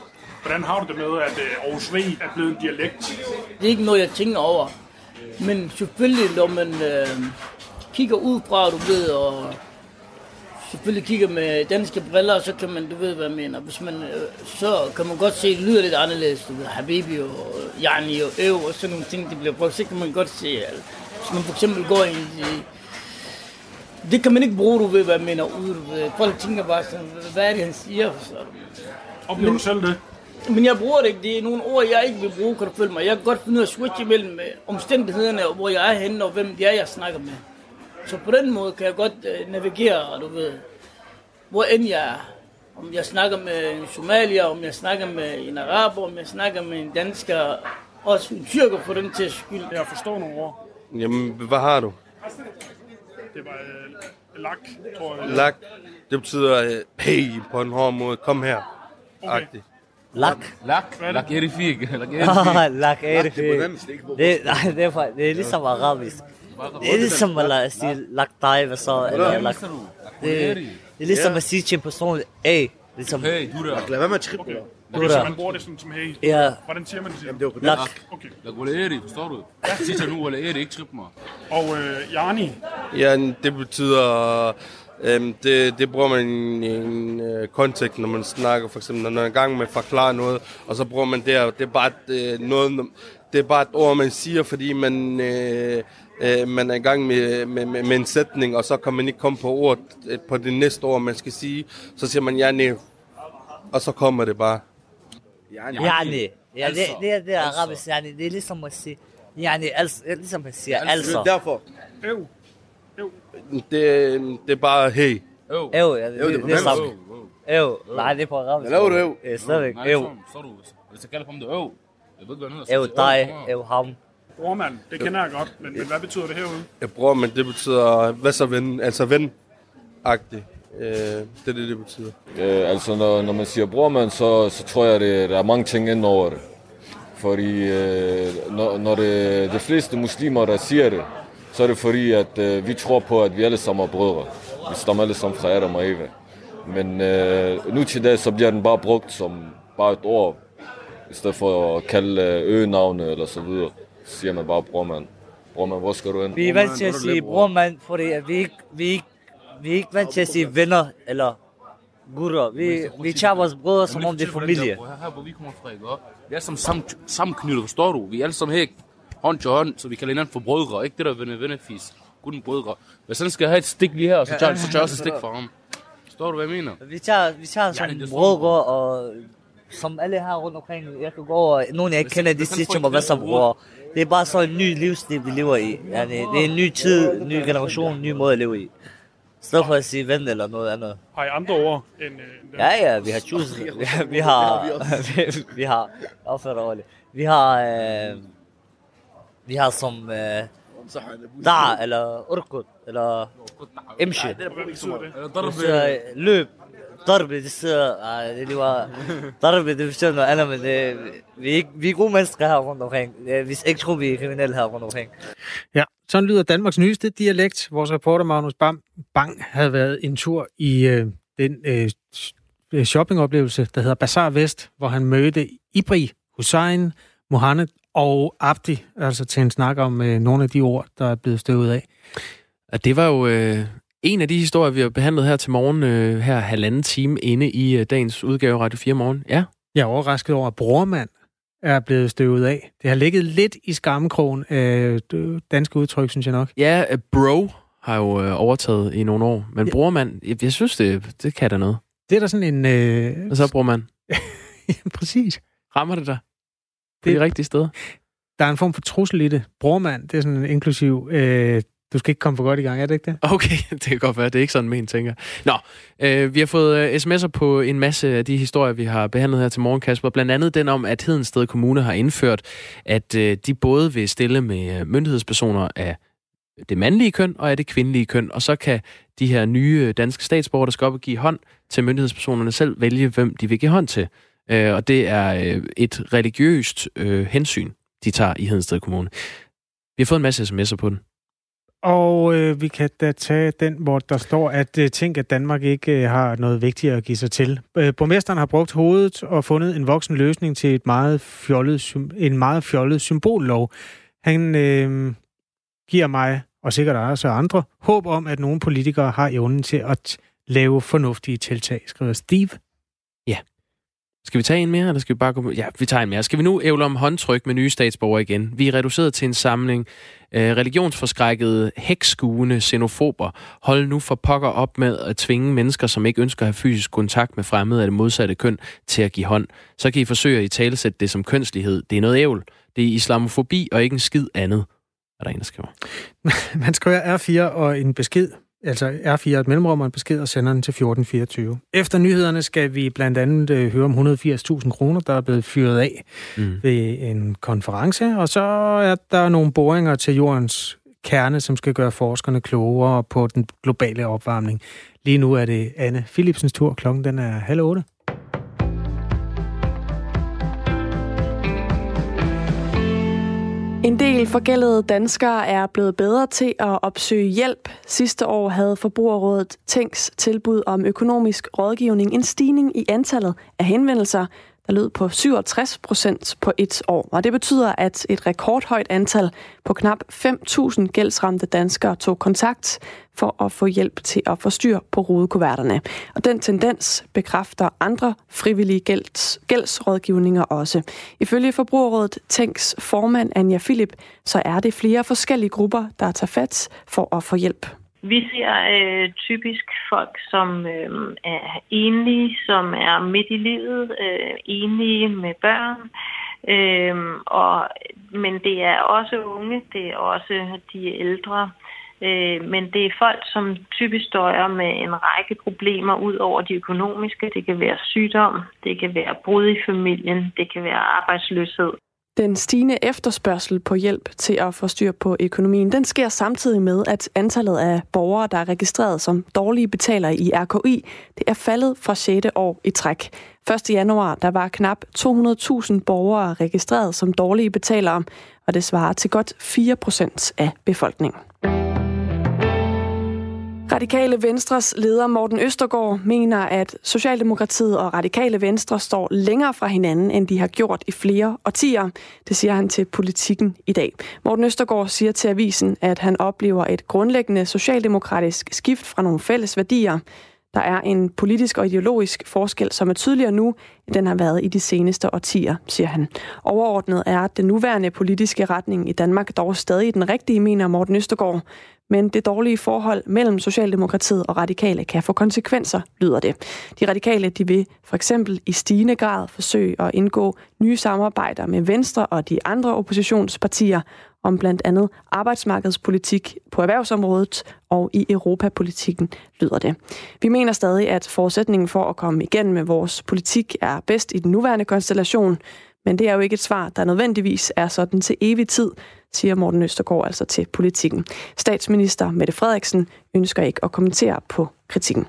Hvordan har du det med, at Aarhus V er blevet en dialekt? Det er ikke noget, jeg tænker over. Men selvfølgelig, når man kigger udefra, du ved, og selvfølgelig kigger med danske briller, så kan man, du ved, hvad jeg mener. Hvis man, så kan man godt se, at det lyder lidt anderledes. Du ved, Habibi og Yani og Øv og sådan nogle ting, det bliver brugt. Så kan man godt se, at hvis man for eksempel går ind i... Det kan man ikke bruge, du ved, hvad jeg mener, ude. Folk tænker bare sådan, hvad er det, han siger? Oplever du selv det? Men jeg bruger det ikke. Det er nogle ord, jeg ikke vil bruge, kan du følge mig. Jeg kan godt finde ud af at switche mellem omstændighederne, og hvor jeg er henne, og hvem det er, jeg snakker med. Så på den måde kan jeg godt navigere, du ved, hvor end jeg er. Om jeg snakker med en somalier, om jeg snakker med en araber, om jeg snakker med en dansker, også en tyrker på den til skyld. Jeg forstår nogle ord. Jamen, hvad har du? Det var lak, tror jeg. Lak, det betyder, hey, på en hård måde, kom her. Okay. Lak. Lak erifik. Lak erifik. Det er ligesom arabisk. Det er ligesom at sige lak dig, hvad så? Eller lak. Det er ligesom at sige til en person, hey, ligesom... Hey, du der. Lad være med at trippe. Okay, så man bruger det sådan som hey. Ja. Hvordan siger man det? Jamen, det var på lak. Okay. Lak wala eri, forstår du? Sig til nu, wala eri, ikke trippe mig. Og Yani? Ja, det betyder... Det bruger man i en kontekst, når man snakker, for eksempel, når man er i gang med at forklare noget, og så bruger man det her. Det er bare det er bare et ord, man siger, fordi man er i gang med en sætning, og så kan man ikke komme på ordet på det næste ord, man skal sige. Så siger man yani, og så kommer det bare. Yani. Ja, det er arabisk, yani. Det er ligesom at sige, yani, ligesom at sige, altså. Derfor. Det er bare hey. Øv, ja, det er samme. Øv, nej, det er på arabisk. Laver du øv? Stadigvæk, øv. Hvis jeg kalder ham det øv, jeg ved ikke, øv dig, øv ham. Brormand, det kender jeg godt, men hvad betyder det herude? Ja, brormand, det betyder, hvad så ven, altså ven-agtigt. Det er det betyder. Altså, når man siger brormand, så tror jeg, der er mange ting ind over det. Fordi når det fleste muslimer, der siger det, så er det fordi, at vi tror på, at vi alle sammen er brødre. Vi stammer alle sammen fra Adam og Eva. Men nu til dag, så bliver den bare brugt som bare et ord. I stedet for at kalde øgenavne eller så videre, så siger man bare brormand. Brormand, hvor skal du hen? Vi er vant til at sige brormand, fordi vi er ikke vant til at sige venner eller gutter. Vi tager vores brødre, som om det er familie. Her hvor vi kommer fra, ikke? Vi er alle sammen sammenknyttet, forstår du? Vi er alle sammen her hånd til hånd, så vi kalder hinanden for brødre. Ikke det der vennefis. Kun brødre. Hvis han skal have et stik lige her, så tager jeg også et stik for ham. Forstår du, hvad jeg mener? Vi tager som brødre, og som alle her rundt omkring. Jeg kan gå over, nogen jeg ikke kender, de siger til mig, hvad så brødre. Det er bare så en ny livsstil, vi lever i. Ja, det er en ny tid, en ny generation, en ny måde at leve i. I stedet for at sige ven eller noget andet. Har I andre ord end Ja, vi har choose. Vi har opført ordentligt. Vi har som dar eller urkud eller imshi. Løb. Darbe, det betyder noget andet, men vi er gode mennesker her rundt omkring. Vi ikke tror, vi er kriminelle her rundt omkring. Ja, sådan lyder Danmarks nyeste dialekt. Vores reporter Magnus Bang havde været en tur i den shoppingoplevelse, der hedder Bazaar Vest, hvor han mødte Ibri, Hussein, Mohammed og Abdi, altså til en snak om nogle af de ord, der er blevet støvet af. Og det var jo en af de historier, vi har behandlet her til morgen, her 1,5 time inde i dagens udgave Radio 4 Morgen. Ja. Jeg er overrasket over, at brormand er blevet støvet af. Det har ligget lidt i skammekrogen af danske udtryk, synes jeg nok. Ja, bro har jo overtaget i nogle år. Men brormand, jeg synes, det kan da noget. Det er der sådan en... Hvad så, brormand? Ja, præcis. Rammer det dig? På det rigtige sted? Der er en form for trussel i det. Brormand, det er sådan en inklusiv... Du skal ikke komme for godt i gang, er det ikke det? Okay, det kan godt være. Det er ikke sådan, men tænker. Nå, vi har fået sms'er på en masse af de historier, vi har behandlet her til morgen, Kasper. Blandt andet den om, at Hedensted Kommune har indført, at de både vil stille med myndighedspersoner af det mandlige køn og af det kvindelige køn, og så kan de her nye danske statsborgere, der skal op og give hånd til myndighedspersonerne selv, vælge, hvem de vil give hånd til. Og det er et religiøst hensyn, de tager i Hedensted Kommune. Vi har fået en masse sms'er på den. Og vi kan da tage den, hvor der står, at tænk, at Danmark ikke har noget vigtigere at give sig til. Borgmesteren har brugt hovedet og fundet en voksen løsning til en meget fjollet symbollov. Han giver mig, og sikkert også andre, håb om, at nogle politikere har evnen til at lave fornuftige tiltag, skriver Steve. Ja. Skal vi tage en mere, eller skal vi bare gå... Ja, vi tager en mere. Skal vi nu ævle om håndtryk med nye statsborgere igen? Vi er reduceret til en samling religionsforskrækkede, hækskuende xenofober. Hold nu for pokker op med at tvinge mennesker, som ikke ønsker at have fysisk kontakt med fremmede af det modsatte køn, til at give hånd. Så kan I forsøge at italesætte det som kønslighed. Det er noget ævl. Det er islamofobi og ikke en skid andet. Er der en, der skriver? Man skriver R4 og en besked, altså R4 et mellemrum og en besked, og sender den til 1424. Efter nyhederne skal vi blandt andet høre om 180.000 kroner, der er blevet fyret af ved en konference, og så er der nogle boringer til jordens kerne, som skal gøre forskerne klogere på den globale opvarmning. Lige nu er det Anne Philipsens tur. Klokken den er 7:30. En del forgældede danskere er blevet bedre til at opsøge hjælp. Sidste år havde Forbrugerrådet Tænks tilbud om økonomisk rådgivning en stigning i antallet af henvendelser, der lød på 67% på et år. Og det betyder, at et rekordhøjt antal på knap 5.000 gældsramte danskere tog kontakt for at få hjælp til at få styr på rudekuverterne. Og den tendens bekræfter andre frivillige gældsrådgivninger også. Ifølge Forbrugerrådet Tænks formand Anja Philip, så er det flere forskellige grupper, der tager fat for at få hjælp. Vi ser typisk folk, som er enlige, som er midt i livet, enlige med børn. Men det er også unge, det er også de ældre. Men det er folk, som typisk døjer med en række problemer ud over de økonomiske. Det kan være sygdom, det kan være brud i familien, det kan være arbejdsløshed. Den stigende efterspørgsel på hjælp til at få styr på økonomien, den sker samtidig med, at antallet af borgere, der er registreret som dårlige betalere i RKI, det er faldet fra 6. år i træk. 1. januar, der var knap 200.000 borgere registreret som dårlige betalere, og det svarer til godt 4% af befolkningen. Radikale Venstres leder Morten Østergaard mener, at Socialdemokratiet og Radikale Venstre står længere fra hinanden, end de har gjort i flere årtier. Det siger han til Politikken i dag. Morten Østergaard siger til avisen, at han oplever et grundlæggende socialdemokratisk skift fra nogle fælles værdier. Der er en politisk og ideologisk forskel, som er tydeligere nu, end den har været i de seneste årtier, siger han. Overordnet er den nuværende politiske retning i Danmark dog stadig den rigtige, mener Morten Østergaard. Men det dårlige forhold mellem Socialdemokratiet og Radikale kan få konsekvenser, lyder det. De Radikale, de vil for eksempel i stigende grad forsøge at indgå nye samarbejder med Venstre og de andre oppositionspartier om blandt andet arbejdsmarkedspolitik på erhvervsområdet og i europapolitikken, lyder det. Vi mener stadig, at forudsætningen for at komme igennem med vores politik er bedst i den nuværende konstellation, men det er jo ikke et svar, der nødvendigvis er sådan til evig tid, siger Morten Østergaard altså til Politikken. Statsminister Mette Frederiksen ønsker ikke at kommentere på kritikken.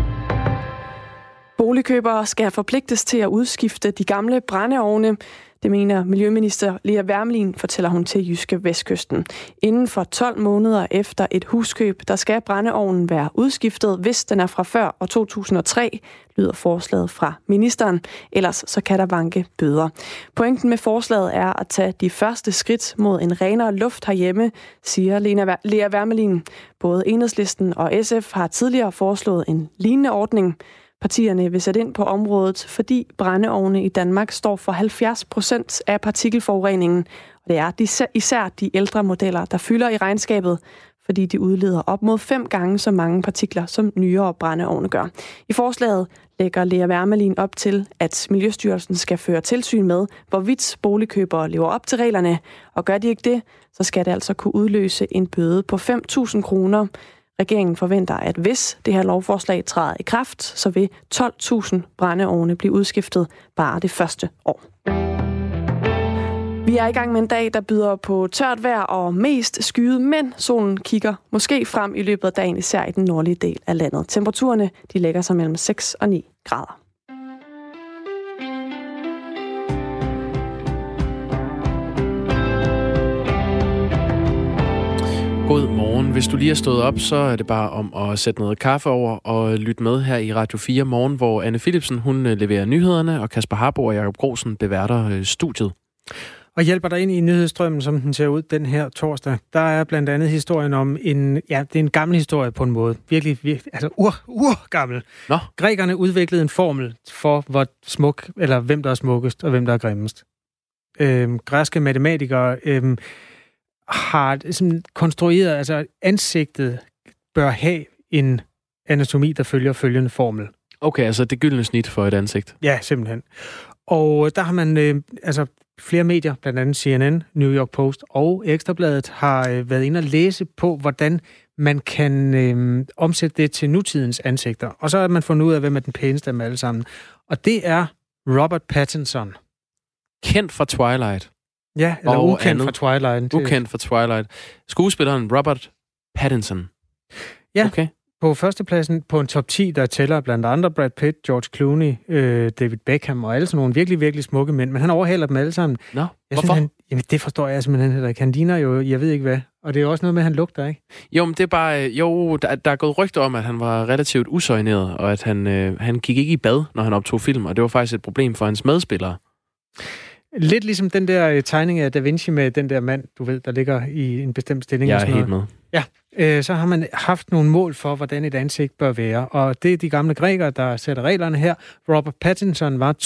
Boligkøbere skal forpligtes til at udskifte de gamle brændeovne. Det mener Miljøminister Lea Wermelin, fortæller hun til Jyske Vestkysten. Inden for 12 måneder efter et huskøb, der skal brændeovnen være udskiftet, hvis den er fra før år 2003, lyder forslaget fra ministeren. Ellers så kan der vanke bøder. Pointen med forslaget er at tage de første skridt mod en renere luft herhjemme, siger Lea Wermelin. Både Enhedslisten og SF har tidligere foreslået en lignende ordning. Partierne vil sætte ind på området, fordi brændeovne i Danmark står for 70% af partikelforureningen. Og det er især de ældre modeller, der fylder i regnskabet, fordi de udleder op mod 5 gange så mange partikler, som nyere brændeovne gør. I forslaget lægger Lea Wermelin op til, at Miljøstyrelsen skal føre tilsyn med, hvorvidt boligkøbere lever op til reglerne. Og gør de ikke det, så skal det altså kunne udløse en bøde på 5.000 kroner. Regeringen forventer, at hvis det her lovforslag træder i kraft, så vil 12.000 brændeovne blive udskiftet bare det første år. Vi er i gang med en dag, der byder på tørt vejr og mest skyet, men solen kigger måske frem i løbet af dagen, især i den nordlige del af landet. Temperaturerne de lægger sig mellem 6 og 9 grader. God morgen. Hvis du lige er stået op, så er det bare om at sætte noget kaffe over og lytte med her i Radio 4 Morgen, hvor Anne Philipsen hun leverer nyhederne, og Kasper Harbo og Jacob Grosen beværter studiet. Og hjælper dig ind i nyhedsstrømmen, som den ser ud den her torsdag. Der er blandt andet historien om det er en gammel historie på en måde. Virkelig, altså urgammel. Nå. Grækerne udviklede en formel for, hvor smuk, eller hvem der er smukkest, og hvem der er grimmest. Græske matematikere har konstrueret, altså ansigtet bør have en anatomi, der følger følgende formel. Okay, altså det gyldne snit for et ansigt. Ja, simpelthen. Og der har man, flere medier, blandt andet CNN, New York Post og Ekstrabladet, har været inde og læse på, hvordan man kan omsætte det til nutidens ansigter. Og så har man fundet ud af, hvem er den pæneste af dem alle sammen. Og det er Robert Pattinson. Kendt fra Twilight. Ja, eller ukendt fra Twilight. Ukendt fra Twilight. Skuespilleren Robert Pattinson. Ja, okay. På førstepladsen på en top 10, der tæller blandt andre Brad Pitt, George Clooney, David Beckham og alle sådan nogle virkelig, virkelig smukke mænd. Men han overhaler dem alle sammen. Nå, hvorfor? Jamen, det forstår jeg simpelthen heller ikke. Han ligner jo, jeg ved ikke hvad. Og det er også noget med, at han lugter, ikke? Jo, men det er bare... der er gået rygter om, at han var relativt usøjneret, og at han gik ikke i bad, når han optog film, og det var faktisk et problem for hans medspillere. Lidt ligesom den der tegning af Da Vinci med den der mand, du ved, der ligger i en bestemt stilling. Jeg er helt med. Ja, så har man haft nogle mål for, hvordan et ansigt bør være. Og det er de gamle grækere, der sætter reglerne her. Robert Pattinson var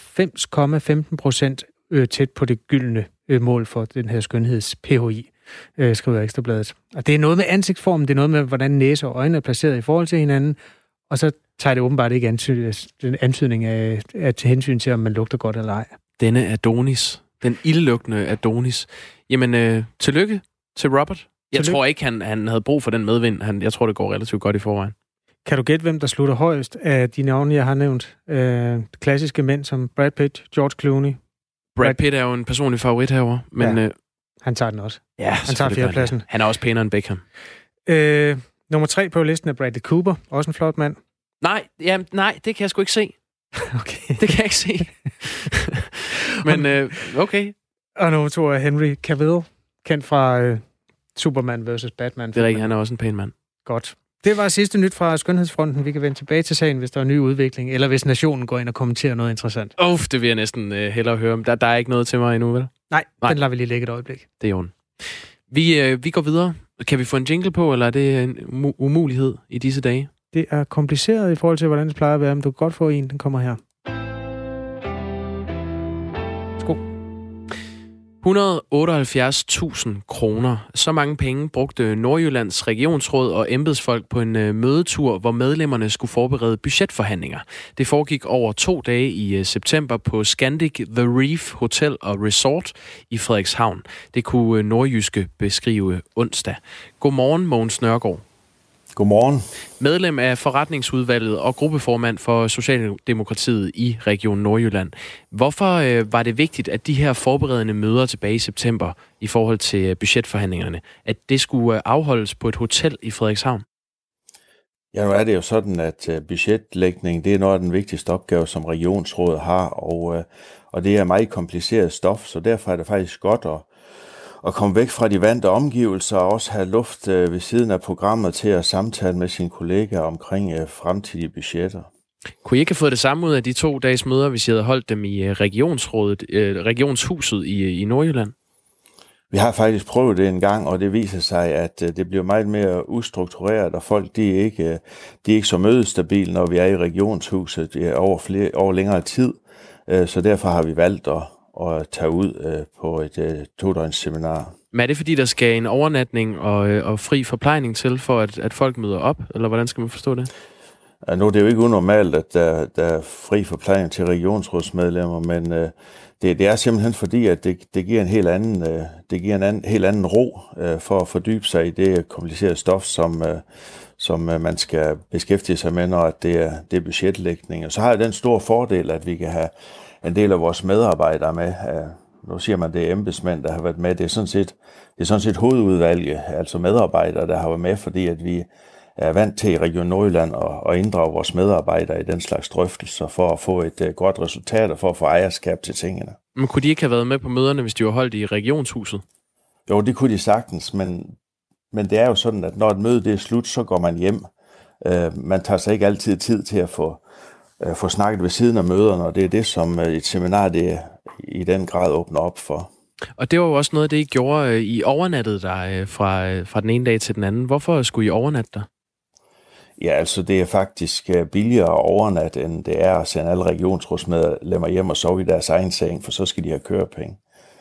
92,15% tæt på det gyldne mål for den her skønheds-PHI, skriver Ekstrabladet. Og det er noget med ansigtsformen, det er noget med, hvordan næse og øjne er placeret i forhold til hinanden. Og så tager det åbenbart ikke antydning af til hensyn til, om man lugter godt eller ej. Denne Adonis. Den ildlugtende Adonis. Jamen, tillykke til Robert. Jeg tror ikke, han havde brug for den medvind. Jeg tror, det går relativt godt i forvejen. Kan du gætte, hvem der slutter højst af de navne, jeg har nævnt? Klassiske mænd som Brad Pitt, George Clooney. Brad Pitt er jo en personlig favorit herover, men... Ja, han tager den også. Ja, han tager fjerdepladsen. Han er også pænere end Beckham. Nummer 3 på listen er Bradley Cooper. Også en flot mand. Nej, det kan jeg sgu ikke se. Okay. Det kan jeg ikke se. Men okay. Og nummer 2 er Henry Cavill, kendt fra Superman vs. Batman. Det er rigtigt, han er også en pæn mand. Godt. Det var sidste nyt fra Skønhedsfronten. Vi kan vende tilbage til sagen, hvis der er ny udvikling, eller hvis Nationen går ind og kommenterer noget interessant. Det vil jeg næsten hellere høre om. Der er ikke noget til mig endnu, vel? Nej, den lader vi lige lægge et øjeblik. Det er jo. Vi går videre. Kan vi få en jingle på, eller er det en umulighed i disse dage? Det er kompliceret i forhold til, hvordan det plejer at være, men du kan godt få en. Den kommer her. 178.000 kroner. Så mange penge brugte Nordjyllands regionsråd og embedsfolk på en mødetur, hvor medlemmerne skulle forberede budgetforhandlinger. Det foregik over 2 dage i september på Scandic The Reef Hotel og Resort i Frederikshavn. Det kunne Nordjyske beskrive onsdag. Godmorgen, Mogens Nørgaard. Godmorgen. Medlem af forretningsudvalget og gruppeformand for Socialdemokratiet i Region Nordjylland. Hvorfor var det vigtigt, at de her forberedende møder tilbage i september i forhold til budgetforhandlingerne, at det skulle afholdes på et hotel i Frederikshavn? Ja, nu er det jo sådan, at budgetlægning, det er noget af den vigtigste opgave, som regionsrådet har, og det er meget kompliceret stof, så derfor er det faktisk godt at komme væk fra de vante omgivelser og også have luft ved siden af programmet til at samtale med sine kollegaer omkring fremtidige budgetter. Kunne I ikke have fået det samme ud af de 2 dages møder, hvis I havde holdt dem i regionshuset i Nordjylland? Vi har faktisk prøvet det en gang, og det viser sig, at det bliver meget mere ustruktureret, og folk de er ikke så mødestabile, når vi er i regionshuset over længere tid. Så derfor har vi valgt at tage ud på et 2-døgns seminar. Men er det fordi, der skal en overnatning og fri forplejning til, for at folk møder op? Eller hvordan skal man forstå det? Nu er det jo ikke unormalt, at der er fri forplejning til regionsrådsmedlemmer, men det er simpelthen fordi, at det giver en helt anden ro for at fordybe sig i det komplicerede stof, som man skal beskæftige sig med, når det er budgetlægning. Og så har jeg den store fordel, at vi kan have en del af vores medarbejdere med. Nu siger man, det er embedsmænd, der har været med. Det er sådan set hovedudvalget, altså medarbejdere, der har været med, fordi at vi er vant til i Region Nordjylland at inddrage vores medarbejdere i den slags drøftelser for at få et godt resultat og for at få ejerskab til tingene. Men kunne de ikke have været med på møderne, hvis de var holdt i regionshuset? Jo, det kunne de sagtens, men Men det er jo sådan, at når et møde det er slut, så går man hjem. Man tager sig ikke altid tid til at få snakket ved siden af møderne, og det er det, som et seminar det i den grad åbner op for. Og det var jo også noget af det, I gjorde. I overnattede der fra den ene dag til den anden. Hvorfor skulle I overnatte der? Ja, altså det er faktisk billigere at overnatte, end det er at sende alle regionsrådsmedlemmer hjem og sove i deres egen seng, for så skal de have kørepenge.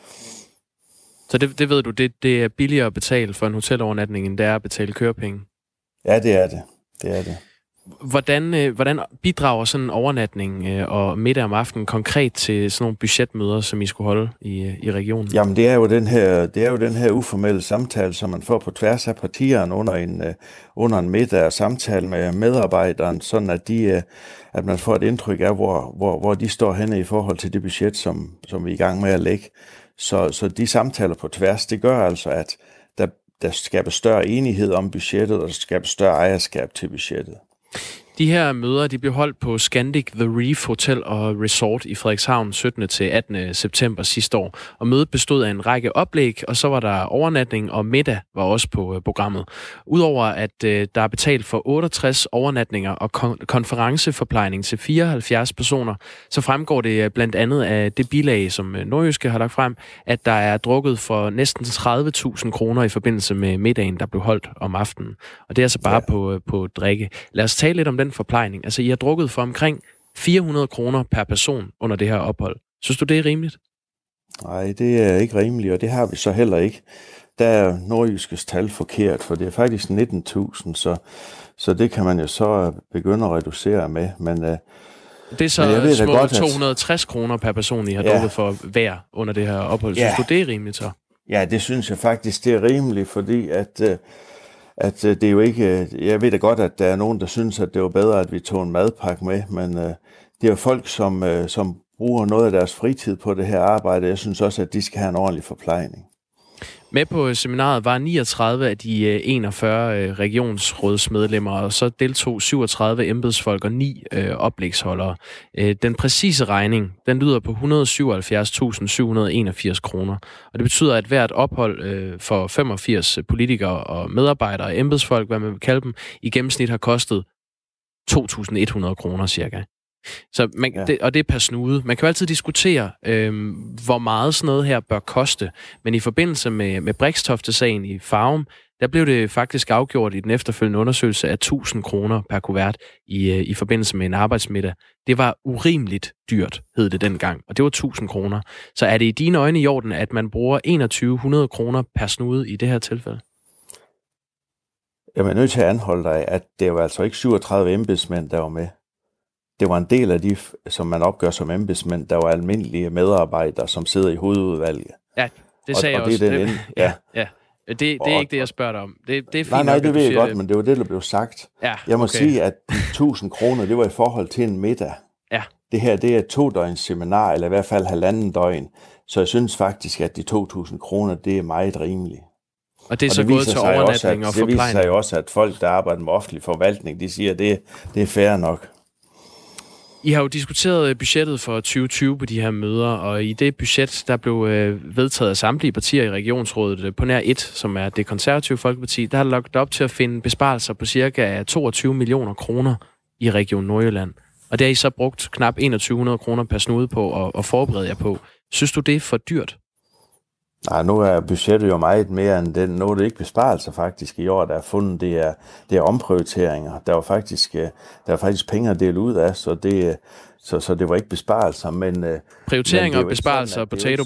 Så det ved du, det er billigere at betale for en hotelovernatning, end det er at betale kørepenge? Ja, det er det. Det er det. Hvordan bidrager sådan en overnatning og middag om aftenen konkret til sådan nogle budgetmøder, som I skulle holde i regionen? Jamen, det er jo den her uformelle samtale, som man får på tværs af partierne under en middag og samtale med medarbejderen, sådan at man får et indtryk af, hvor de står henne i forhold til det budget, som vi er i gang med at lægge. Så de samtaler på tværs, det gør altså, at der skabes større enighed om budgettet, og der skabes større ejerskab til budgettet. De her møder, de blev holdt på Scandic The Reef Hotel og Resort i Frederikshavn 17. til 18. september sidste år. Og mødet bestod af en række oplæg, og så var der overnatning, og middag var også på programmet. Udover at der er betalt for 68 overnatninger og konferenceforplejning til 74 personer, så fremgår det blandt andet af det bilag, som Nordjyske har lagt frem, at der er drukket for næsten 30.000 kroner i forbindelse med middagen, der blev holdt om aftenen. Og det er altså bare på drikke. Lad os tale lidt om den forplejning. Altså, I har drukket for omkring 400 kroner per person under det her ophold. Synes du, det er rimeligt? Nej, det er ikke rimeligt, og det har vi så heller ikke. Der er Nordjyskes tal forkert, for det er faktisk 19.000, så det kan man jo så begynde at reducere med. Men det er så små godt, 260 kroner per person, I har drukket for hver under det her ophold. Synes du, det er rimeligt så? Ja, det synes jeg faktisk, det er rimeligt, fordi at det er jo ikke... Jeg ved da godt, at der er nogen, der synes, at det var bedre, at vi tog en madpakke med, men det er jo folk, som bruger noget af deres fritid på det her arbejde. Jeg synes også, at de skal have en ordentlig forplejning. Med på seminaret var 39 af de 41 regionsrådsmedlemmer, og så deltog 37 embedsfolk og 9 oplægsholdere. Den præcise regning, den lyder på 177.781 kroner. Og det betyder, at hvert ophold for 85 politikere og medarbejdere og embedsfolk, hvad man vil kalde dem, i gennemsnit har kostet 2.100 kroner cirka. Så og det er per snude. Man kan jo altid diskutere, hvor meget sådan noget her bør koste. Men i forbindelse med Brixtofte-sagen i Farum, der blev det faktisk afgjort i den efterfølgende undersøgelse af 1.000 kroner per kuvert i forbindelse med en arbejdsmiddag. Det var urimeligt dyrt, hed det dengang, og det var 1.000 kroner. Så er det i dine øjne i orden, at man bruger 2.100 kroner per snude i det her tilfælde? Jeg er nødt til at anholde dig, at det var altså ikke 37 embedsmænd, der var med. Det var en del af de, som man opgør som embedsmænd, der var almindelige medarbejdere, som sidder i hovedudvalget. Ja, det sagde jeg også. Det er ikke det, jeg spørger dig om. Det er fint nej, det ved jeg godt, men det var det, der blev sagt. Ja, jeg må sige, at de 1.000 kroner, det var i forhold til en middag. Ja. Det her, det er 2 døgns seminar, eller i hvert fald 1,5 døgn. Så jeg synes faktisk, at de 2.000 kroner, det er meget rimeligt. Og det er så gået til overnatning og forplejning. Det viser sig jo også, at folk, der arbejder med offentlig forvaltning, de siger, at det er fair nok. I har jo diskuteret budgettet for 2020 på de her møder, og i det budget, der blev vedtaget af samtlige partier i regionsrådet på nær 1, som er det konservative Folkeparti, der har lagt op til at finde besparelser på cirka 22 millioner kroner i Region Nordjylland. Og det har I så brugt knap 2.100 kroner per snude på at forberede jer på. Synes du, det er for dyrt? Nej, nu er budgettet jo meget mere end den. Nu er det ikke besparelser faktisk i år, der er fundet. Det er omprioriteringer. Der er faktisk penge at dele ud af, så det var ikke besparelser. Men prioriteringer og besparelser, potato.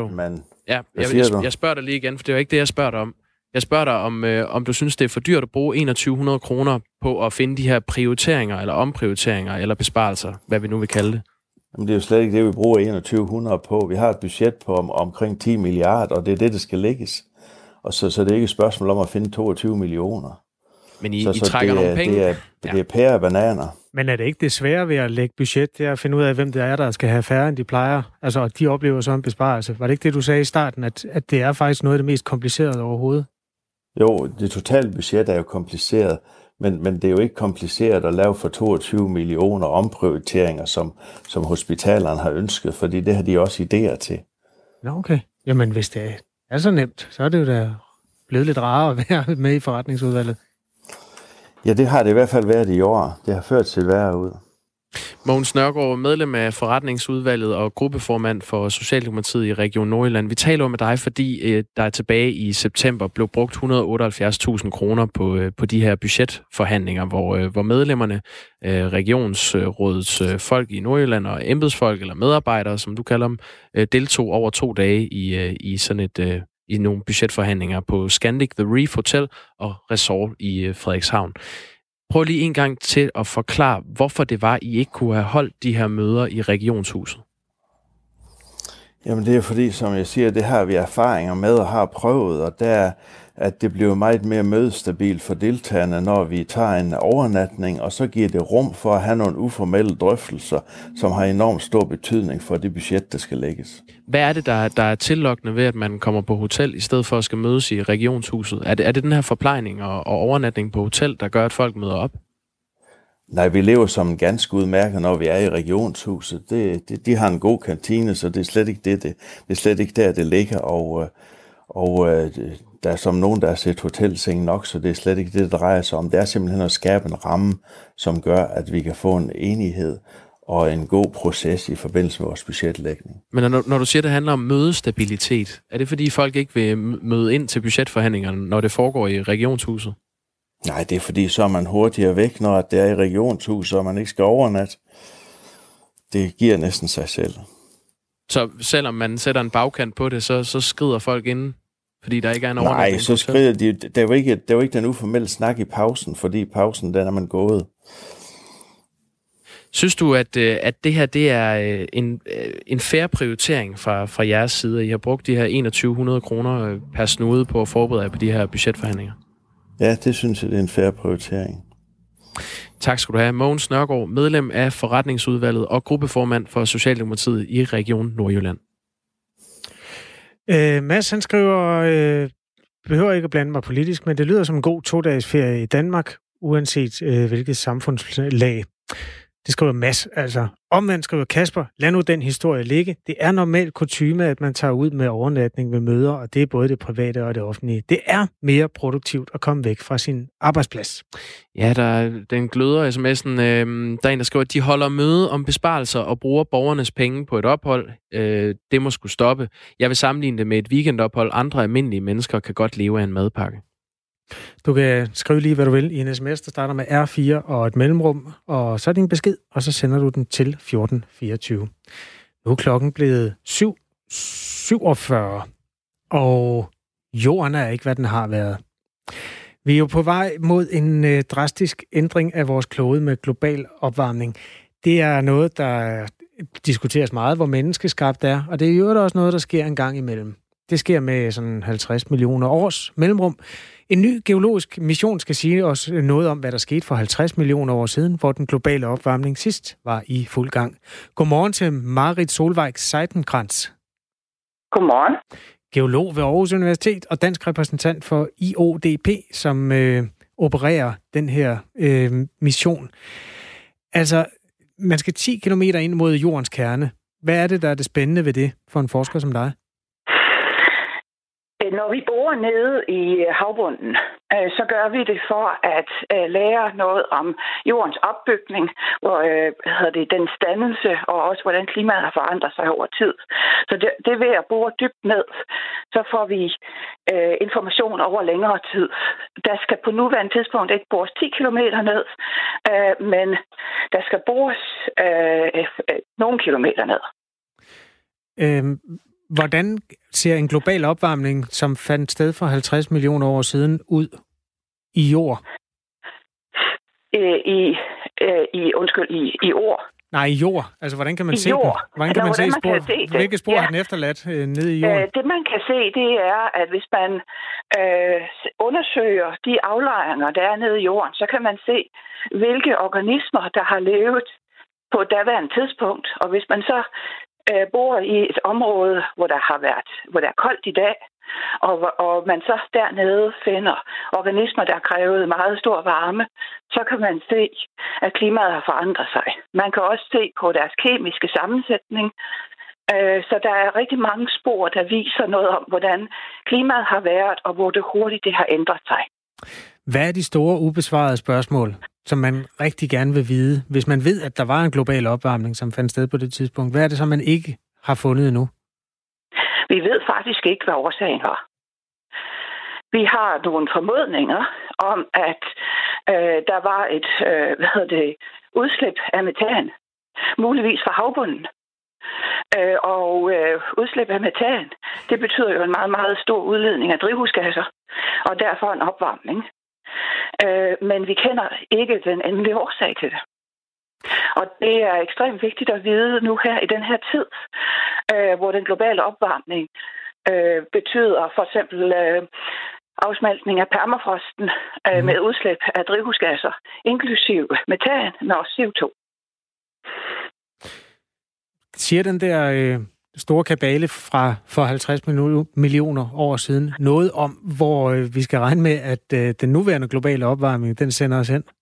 Jeg spørger dig lige igen, for det er jo ikke det, jeg spørger dig om. Jeg spørger dig, om du synes, det er for dyrt at bruge 2.100 kroner på at finde de her prioriteringer, eller omprioriteringer, eller besparelser, hvad vi nu vil kalde det. Jamen, det er jo slet ikke det, vi bruger 2.100 på. Vi har et budget på omkring 10 milliarder, og det er det, der skal lægges. Og så det er ikke et spørgsmål om at finde 22 millioner. Men I trækker nogle penge? Det er pære og bananer. Men er det ikke det svære ved at lægge budget, det er at finde ud af, hvem det er, der skal have færre, end de plejer? Altså, at de oplever sådan en besparelse. Var det ikke det, du sagde i starten, at det er faktisk noget af det mest komplicerede overhovedet? Jo, det totale budget er jo kompliceret. Men det er jo ikke kompliceret at lave for 22 millioner omprioriteringer, som hospitalerne har ønsket, fordi det har de også idéer til. Nå, okay. Jamen, hvis det er så nemt, så er det jo da blevet lidt rarere at være med i forretningsudvalget? Ja, det har det i hvert fald været i år. Det har ført til værre ud. Mogens Nørgaard, medlem af forretningsudvalget og gruppeformand for Socialdemokratiet i Region Nordjylland. Vi taler med dig, fordi der tilbage i september blev brugt 178.000 kroner på de her budgetforhandlinger, hvor medlemmerne, regionsrådets folk i Nordjylland og embedsfolk eller medarbejdere, som du kalder dem, deltog over 2 dage i sådan i nogle budgetforhandlinger på Scandic The Reef Hotel og Resort i Frederikshavn. Prøv lige en gang til at forklare, hvorfor det var, I ikke kunne have holdt de her møder i regionshuset. Jamen det er fordi, som jeg siger, det har vi erfaringer med og har prøvet, og der at det bliver meget mere mødestabilt for deltagerne, når vi tager en overnatning, og så giver det rum for at have nogle uformelle drøftelser, som har enormt stor betydning for det budget, der skal lægges. Hvad er det, der er tillokkende ved, at man kommer på hotel, i stedet for at skal mødes i regionshuset? Er det den her forplejning og overnatning på hotel, der gør, at folk møder op? Nej, vi lever som ganske udmærket, når vi er i regionshuset. De har en god kantine, så det er slet ikke det er slet ikke der, det ligger, og der er som nogen, der har set hotelseng nok, så det er slet ikke det drejer sig om. Det er simpelthen at skabe en ramme, som gør, at vi kan få en enighed og en god proces i forbindelse med vores budgetlægning. Men når du siger, at det handler om mødestabilitet, er det fordi folk ikke vil møde ind til budgetforhandlingerne, når det foregår i regionshuset? Nej, det er fordi, så er man hurtigere væk, når det er i regionshuset, og man ikke skal overnatte. Det giver næsten sig selv. Så selvom man sætter en bagkant på det, så skrider folk inden? Fordi der ikke er en overnatning? Nej, så skrider de. Der var ikke den uformelle snak i pausen, fordi pausen, den er man gået. Synes du, at det her det er en fair prioritering fra jeres side? I har brugt de her 2100 kroner per snude på at forberede jer på de her budgetforhandlinger? Ja, det synes jeg, det er en fair prioritering. Tak skal du have. Mogens Nørgaard, medlem af forretningsudvalget og gruppeformand for Socialdemokratiet i Region Nordjylland. Mads, han skriver, behøver ikke at blande mig politisk, men det lyder som en god 2-dages ferie i Danmark, uanset hvilket samfundslag. Det skriver Mads, altså. Omvendt skriver Kasper, lad nu den historie ligge. Det er normalt kutyme, at man tager ud med overnatning ved møder, og det er både det private og det offentlige. Det er mere produktivt at komme væk fra sin arbejdsplads. Ja, den gløder sms'en. Der er en, der skriver, at de holder møde om besparelser og bruger borgernes penge på et ophold. Det må skulle stoppe. Jeg vil sammenligne det med et weekendophold. Andre almindelige mennesker kan godt leve af en madpakke. Du kan skrive lige, hvad du vil i en sms, der starter med R4 og et mellemrum, og så er din besked, og så sender du den til 1424. Nu er klokken blevet 7:47, og jorden er ikke, hvad den har været. Vi er jo på vej mod en drastisk ændring af vores klode med global opvarmning. Det er noget, der diskuteres meget, hvor menneskeskabt er, og det er jo også noget, der sker en gang imellem. Det sker med sådan 50 millioner års mellemrum. En ny geologisk mission skal sige os noget om, hvad der skete for 50 millioner år siden, hvor den globale opvarmning sidst var i fuld gang. Godmorgen til Marit Solveig Seidenkrantz. Godmorgen. Geolog ved Aarhus Universitet og dansk repræsentant for IODP, som opererer den her mission. Altså, man skal 10 kilometer ind mod jordens kerne. Hvad er det, der er det spændende ved det for en forsker som dig? Når vi borer nede i havbunden, så gør vi det for at lære noget om jordens opbygning, og dens dannelse, og også hvordan klimaet har forandret sig over tid. Så det ved at bore dybt ned, så får vi information over længere tid. Der skal på nuværende tidspunkt ikke bores 10 kilometer ned, men der skal bores nogle kilometer ned. Hvordan ser en global opvarmning, som fandt sted for 50 millioner år siden, ud i jord? I ord. Nej, i jord. Altså, hvordan kan man se den? Hvordan kan man se spor? Hvilke spor har den efterladt nede i jorden? Det, man kan se, det er, at hvis man undersøger de aflejringer, der er nede i jorden, så kan man se, hvilke organismer, der har levet på daværende tidspunkt. Og hvis man så bor i et område, hvor der er koldt i dag, og man så dernede finder organismer, der har krævet meget stor varme, så kan man se, at klimaet har forandret sig. Man kan også se på deres kemiske sammensætning, Så der er rigtig mange spor, der viser noget om, hvordan klimaet har været, og hvor det hurtigt det har ændret sig. Hvad er de store ubesvarede spørgsmål, som man rigtig gerne vil vide, hvis man ved, at der var en global opvarmning, som fandt sted på det tidspunkt? Hvad er det så, man ikke har fundet endnu? Vi ved faktisk ikke, hvad årsagen var. Vi har nogle formodninger om, at der var et udslip af metan, muligvis fra havbunden. Og udslip af metan, det betyder jo en meget, meget stor udledning af drivhusgasser, og derfor en opvarmning. Men vi kender ikke den endelige årsag til det. Og det er ekstremt vigtigt at vide nu her i den her tid, hvor den globale opvarmning betyder for eksempel afsmeltning af permafrosten med udslip af drivhusgasser, inklusive metan, men også CO2. Siger den der store kabale for 50 millioner år siden noget om, hvor vi skal regne med, at den nuværende globale opvarmning, den sender os hen?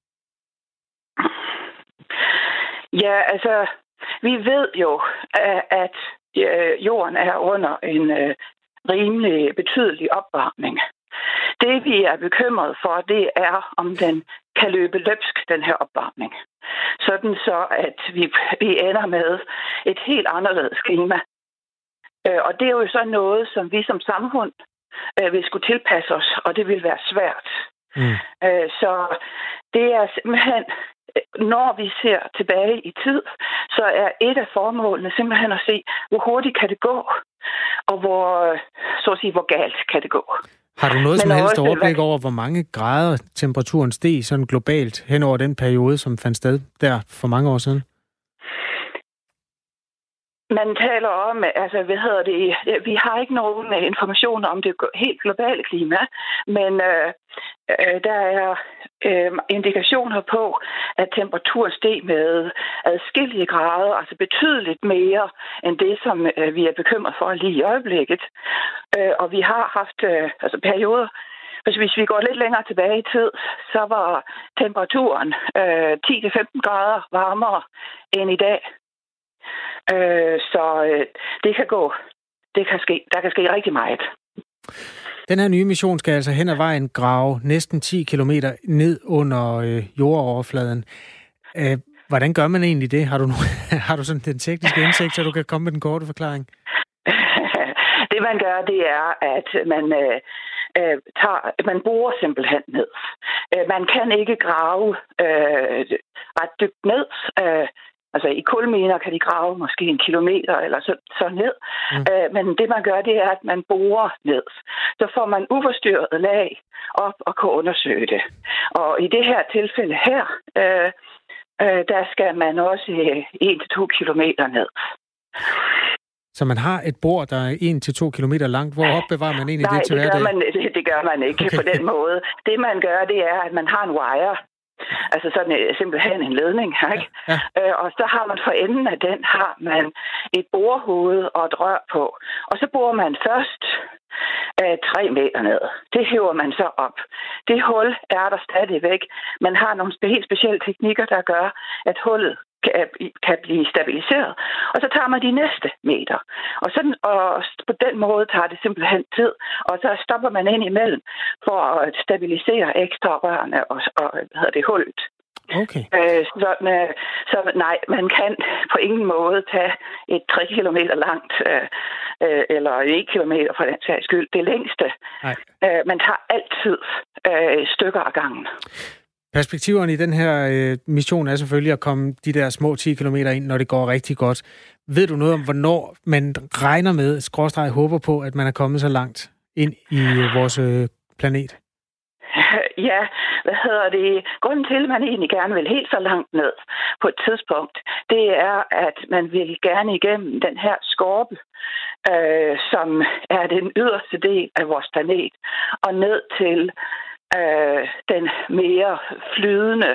Ja, altså, vi ved jo, at jorden er under en rimelig betydelig opvarmning. Det, vi er bekymret for, det er, om den kan løbe løbsk, den her opvarmning. Sådan så, at vi ender med et helt anderledes klima. Og det er jo så noget, som vi som samfund vil skulle tilpasse os, og det vil være svært. Så det er simpelthen, når vi ser tilbage i tid, så er et af formålene simpelthen at se, hvor hurtigt kan det gå, og hvor galt kan det gå. Har du noget som helst overblik over, hvor mange grader temperaturen steg sådan globalt hen over den periode, som fandt sted der for mange år siden? Man taler om, altså, vi har ikke nogen information om det helt globale klima, men der er indikationer på, at temperaturen steg med adskillige grader, altså betydeligt mere end det, som vi er bekymret for lige i øjeblikket. Og vi har haft perioder, hvis vi går lidt længere tilbage i tid, så var temperaturen 10-15 grader varmere end i dag. Så det kan gå. Der kan ske rigtig meget. Den her nye mission skal altså hen ad vejen grave næsten 10 kilometer ned under jordoverfladen. Hvordan gør man egentlig det? Har du sådan den tekniske indsigt, så du kan komme med den korte forklaring? Det man gør, det er, at man borer simpelthen ned. Man kan ikke grave ret dybt ned. Altså i kulminer kan de grave måske 1 kilometer eller så ned. Men det man gør, det er, at man borer ned. Så får man uforstyrret lag op og kan undersøge det. Og i det her tilfælde her, der skal man også 1-2 kilometer ned. Så man har et bord, der er 1-2 kilometer langt. Hvor opbevarer man egentlig det til hverdag? Nej, det gør man ikke på den måde. Det man gør, det er, at man har en wire. Altså sådan simpelthen en ledning, ikke? Ja. Og så har man for enden af den, har man et borehoved og et rør på. Og så borer man først 3 meter ned. Det hæver man så op. Det hul er der stadigvæk. Man har nogle helt specielle teknikker, der gør, at hullet kan blive stabiliseret. Og så tager man de næste meter. Og på den måde tager det simpelthen tid. Og så stopper man ind imellem for at stabilisere ekstra rørene og hullet. Okay. Så nej, man kan på ingen måde tage et 3 kilometer langt eller 1 kilometer for den sags skyld. Det længste. Man tager altid stykker af gangen. Perspektiverne i den her mission er selvfølgelig at komme de der små 10 kilometer ind, når det går rigtig godt. Ved du noget om, hvornår man regner med, håber på, at man er kommet så langt ind i vores planet? Ja, grunden til, at man egentlig gerne vil helt så langt ned på et tidspunkt, det er, at man vil gerne igennem den her skorpe, som er den yderste del af vores planet, og ned til den mere flydende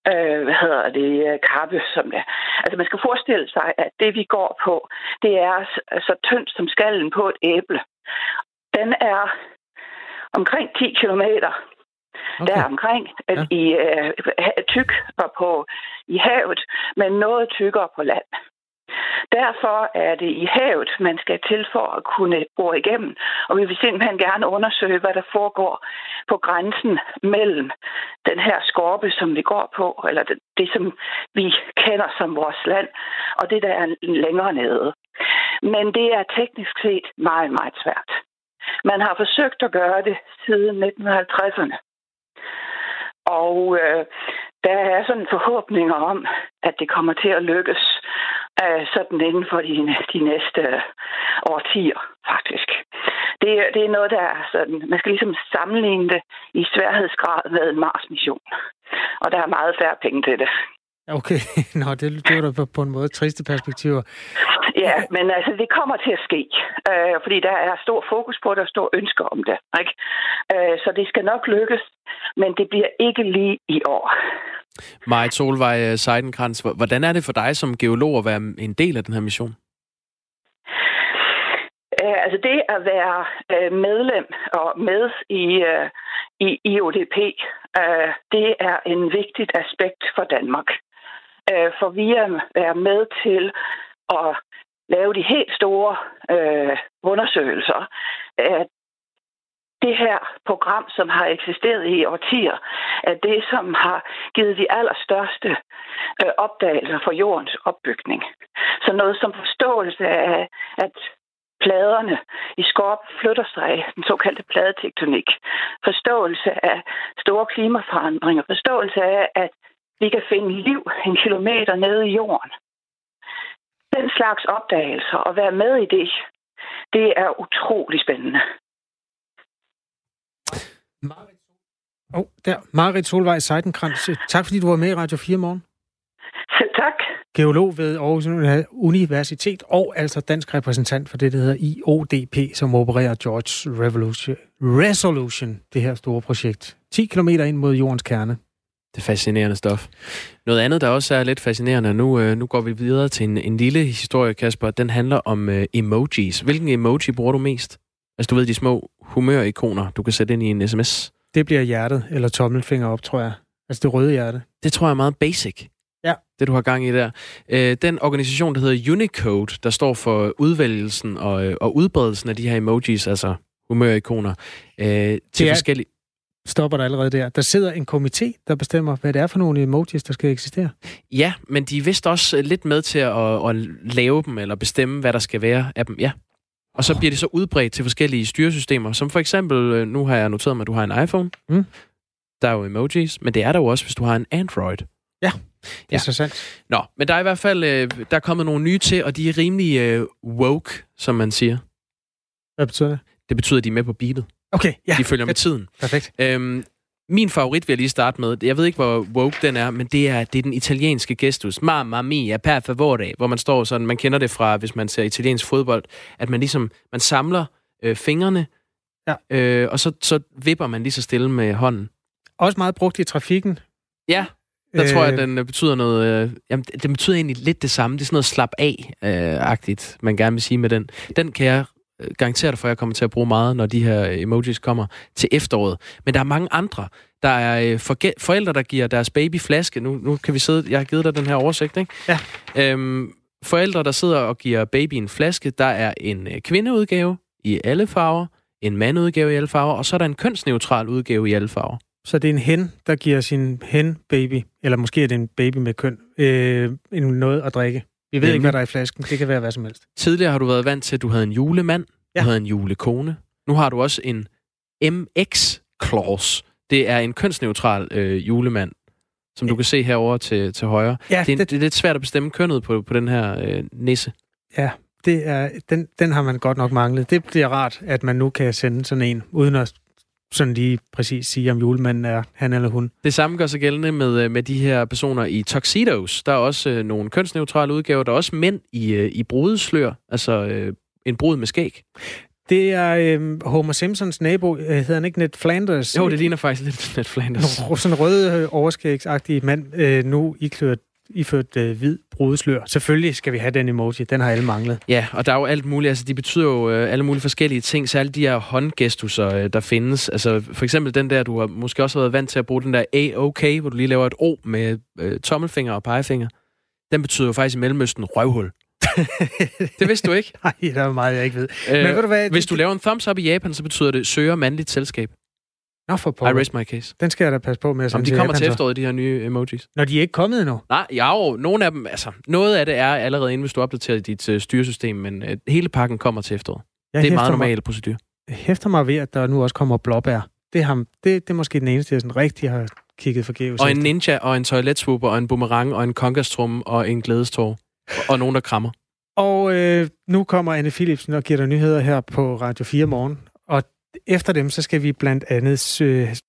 kappe, som det. Altså man skal forestille sig, at det vi går på, det er så tyndt som skallen på et æble. Den er omkring 10 kilometer. Okay. Der omkring i tyk og i havet, men noget tykkere på land. Derfor er det i havet, man skal til for at kunne gå igennem. Og vi vil simpelthen gerne undersøge, hvad der foregår på grænsen mellem den her skorpe, som vi går på, eller det som vi kender som vores land, og det, der er længere nede. Men det er teknisk set meget, meget svært. Man har forsøgt at gøre det siden 1950'erne. Og der er sådan forhåbninger om, at det kommer til at lykkes sådan inden for de næste årtier, faktisk. Det er noget, der er sådan, man skal ligesom sammenligne det i sværhedsgrad med en Mars-mission. Og der er meget færre penge til det. Okay, det var da på en måde triste perspektiver. Ja, men altså, det kommer til at ske, fordi der er stor fokus på det og stor ønsker om det. Ikke? Så det skal nok lykkes, men det bliver ikke lige i år. Marit Solvej Seidenkrantz, hvordan er det for dig som geolog at være en del af den her mission? Altså det at være medlem og med i IODP, det er en vigtigt aspekt for Danmark. For vi er med til at lave de helt store undersøgelser. Det her program, som har eksisteret i årtier, er det, som har givet de allerstørste opdagelser for jordens opbygning. Så noget som forståelse af, at pladerne i skorp flytter sig, den såkaldte pladetektonik. Forståelse af store klimaforandringer. Forståelse af, at vi kan finde liv en kilometer nede i jorden. Den slags opdagelser og være med i det er utrolig spændende. Marit Solvej Seidenkrantz, tak fordi du var med i Radio 4 morgen. Selv tak. Geolog ved Aarhus Universitet og altså dansk repræsentant for det, der hedder IODP, som opererer George Resolution, det her store projekt. 10 kilometer ind mod jordens kerne. Det er fascinerende stof. Noget andet, der også er lidt fascinerende, nu går vi videre til en lille historie, Kasper. Den handler om emojis. Hvilken emoji bruger du mest? Altså, du ved, de små humørikoner, du kan sætte ind i en sms. Det bliver hjertet eller tommelfinger op, tror jeg. Altså det røde hjerte. Det tror jeg er meget basic. Ja. Det, du har gang i der. Den organisation, der hedder Unicode, der står for udvælgelsen og udbredelsen af de her emojis, altså humørikoner, til forskellige... Stopper der allerede der. Der sidder en komité, der bestemmer, hvad det er for nogle emojis, der skal eksistere. Ja, men de er vist også lidt med til at lave dem, eller bestemme, hvad der skal være af dem. Ja. Og så bliver det så udbredt til forskellige styresystemer, som for eksempel, nu har jeg noteret mig, at du har en iPhone. Der er jo emojis, men det er der jo også, hvis du har en Android. Ja, det er så sandt. Nå, men der er i hvert fald der er kommet nogle nye til, og de er rimelig woke, som man siger. Hvad betyder det? Det betyder, at de er med på beatet. Okay, ja. De følger med tiden. Perfekt. Min favorit vil jeg lige starte med. Jeg ved ikke, hvor woke den er, men det er den italienske gestus. Mamma mia, per favore. Hvor man står sådan, man kender det fra, hvis man ser italiensk fodbold, at man ligesom, man samler fingrene, og så vipper man lige så stille med hånden. Også meget brugt i trafikken. Ja, der tror jeg, den betyder noget... den betyder egentlig lidt det samme. Det er sådan noget slap af-agtigt, man gerne vil sige med den. Den kan jeg garantere dig for, at jeg kommer til at bruge meget, når de her emojis kommer til efteråret. Men der er mange andre. Der er forældre, der giver deres baby flaske. Nu kan vi sidde... Jeg har givet dig den her oversigt, ikke? Ja. Forældre, der sidder og giver babyen flaske. Der er en kvindeudgave i alle farver, en mandudgave i alle farver, og så er der en kønsneutral udgave i alle farver. Så det er en hen, der giver sin hen-baby, eller måske er det en baby med køn, noget at drikke. Vi ved ikke, hvad der er i flasken. Det kan være hvad som helst. Tidligere har du været vant til, at du havde en julemand, du havde en julekone. Nu har du også en MX-clause. Det er en kønsneutral julemand, som du kan se herovre til højre. Ja, det er lidt svært at bestemme kønnet på den her nisse. Ja, det er, den har man godt nok manglet. Det bliver rart, at man nu kan sende sådan en, uden at sådan lige præcis sige, om julemanden er han eller hun. Det samme gør sig gældende med de her personer i tuxedos. Der er også nogle kønsneutrale udgaver. Der er også mænd i brudeslør, altså en brud med skæg. Det er Homer Simpsons nabo, hedder han ikke Ned Flanders? Jo, det ligner faktisk lidt Ned Flanders. Sådan en rød overskægsagtig mand, nu iført hvid brudeslør. Selvfølgelig skal vi have den emoji, den har alle manglet. Ja, og der er jo alt muligt, altså de betyder jo alle mulige forskellige ting, så alle de her håndgestusser, der findes. Altså for eksempel den der, du har måske også været vant til at bruge, den der A-OK, hvor du lige laver et O med tommelfinger og pegefinger. Den betyder jo faktisk i Mellemøsten røvhul. Det vidste du ikke? Nej, der er meget, jeg ikke ved. Men ved du hvad? Hvis du laver en thumbs up i Japan, så betyder det søger mandligt selskab. Nå, for I rest my case. Den skal jeg da passe på med at sende de kommer til Japan, efteråret, de her nye emojis. Når de er ikke kommet endnu? Nej, jo, nogle af dem, altså, noget af det er allerede inden, hvis du opdaterer dit styresystem, men hele pakken kommer til efteråret. Det er en meget normal procedure. Jeg hæfter mig ved, at der nu også kommer blåbær. Det er måske den eneste, jeg sådan rigtig har kigget forgæves. Og en ninja, og en toiletswooper, og en boomerang, og en konkastrum, og en glædestår, og nogen, der krammer. Og nu kommer Anne Philipsen og giver dig nyheder her på Radio 4 morgen. Og efter dem, så skal vi blandt andet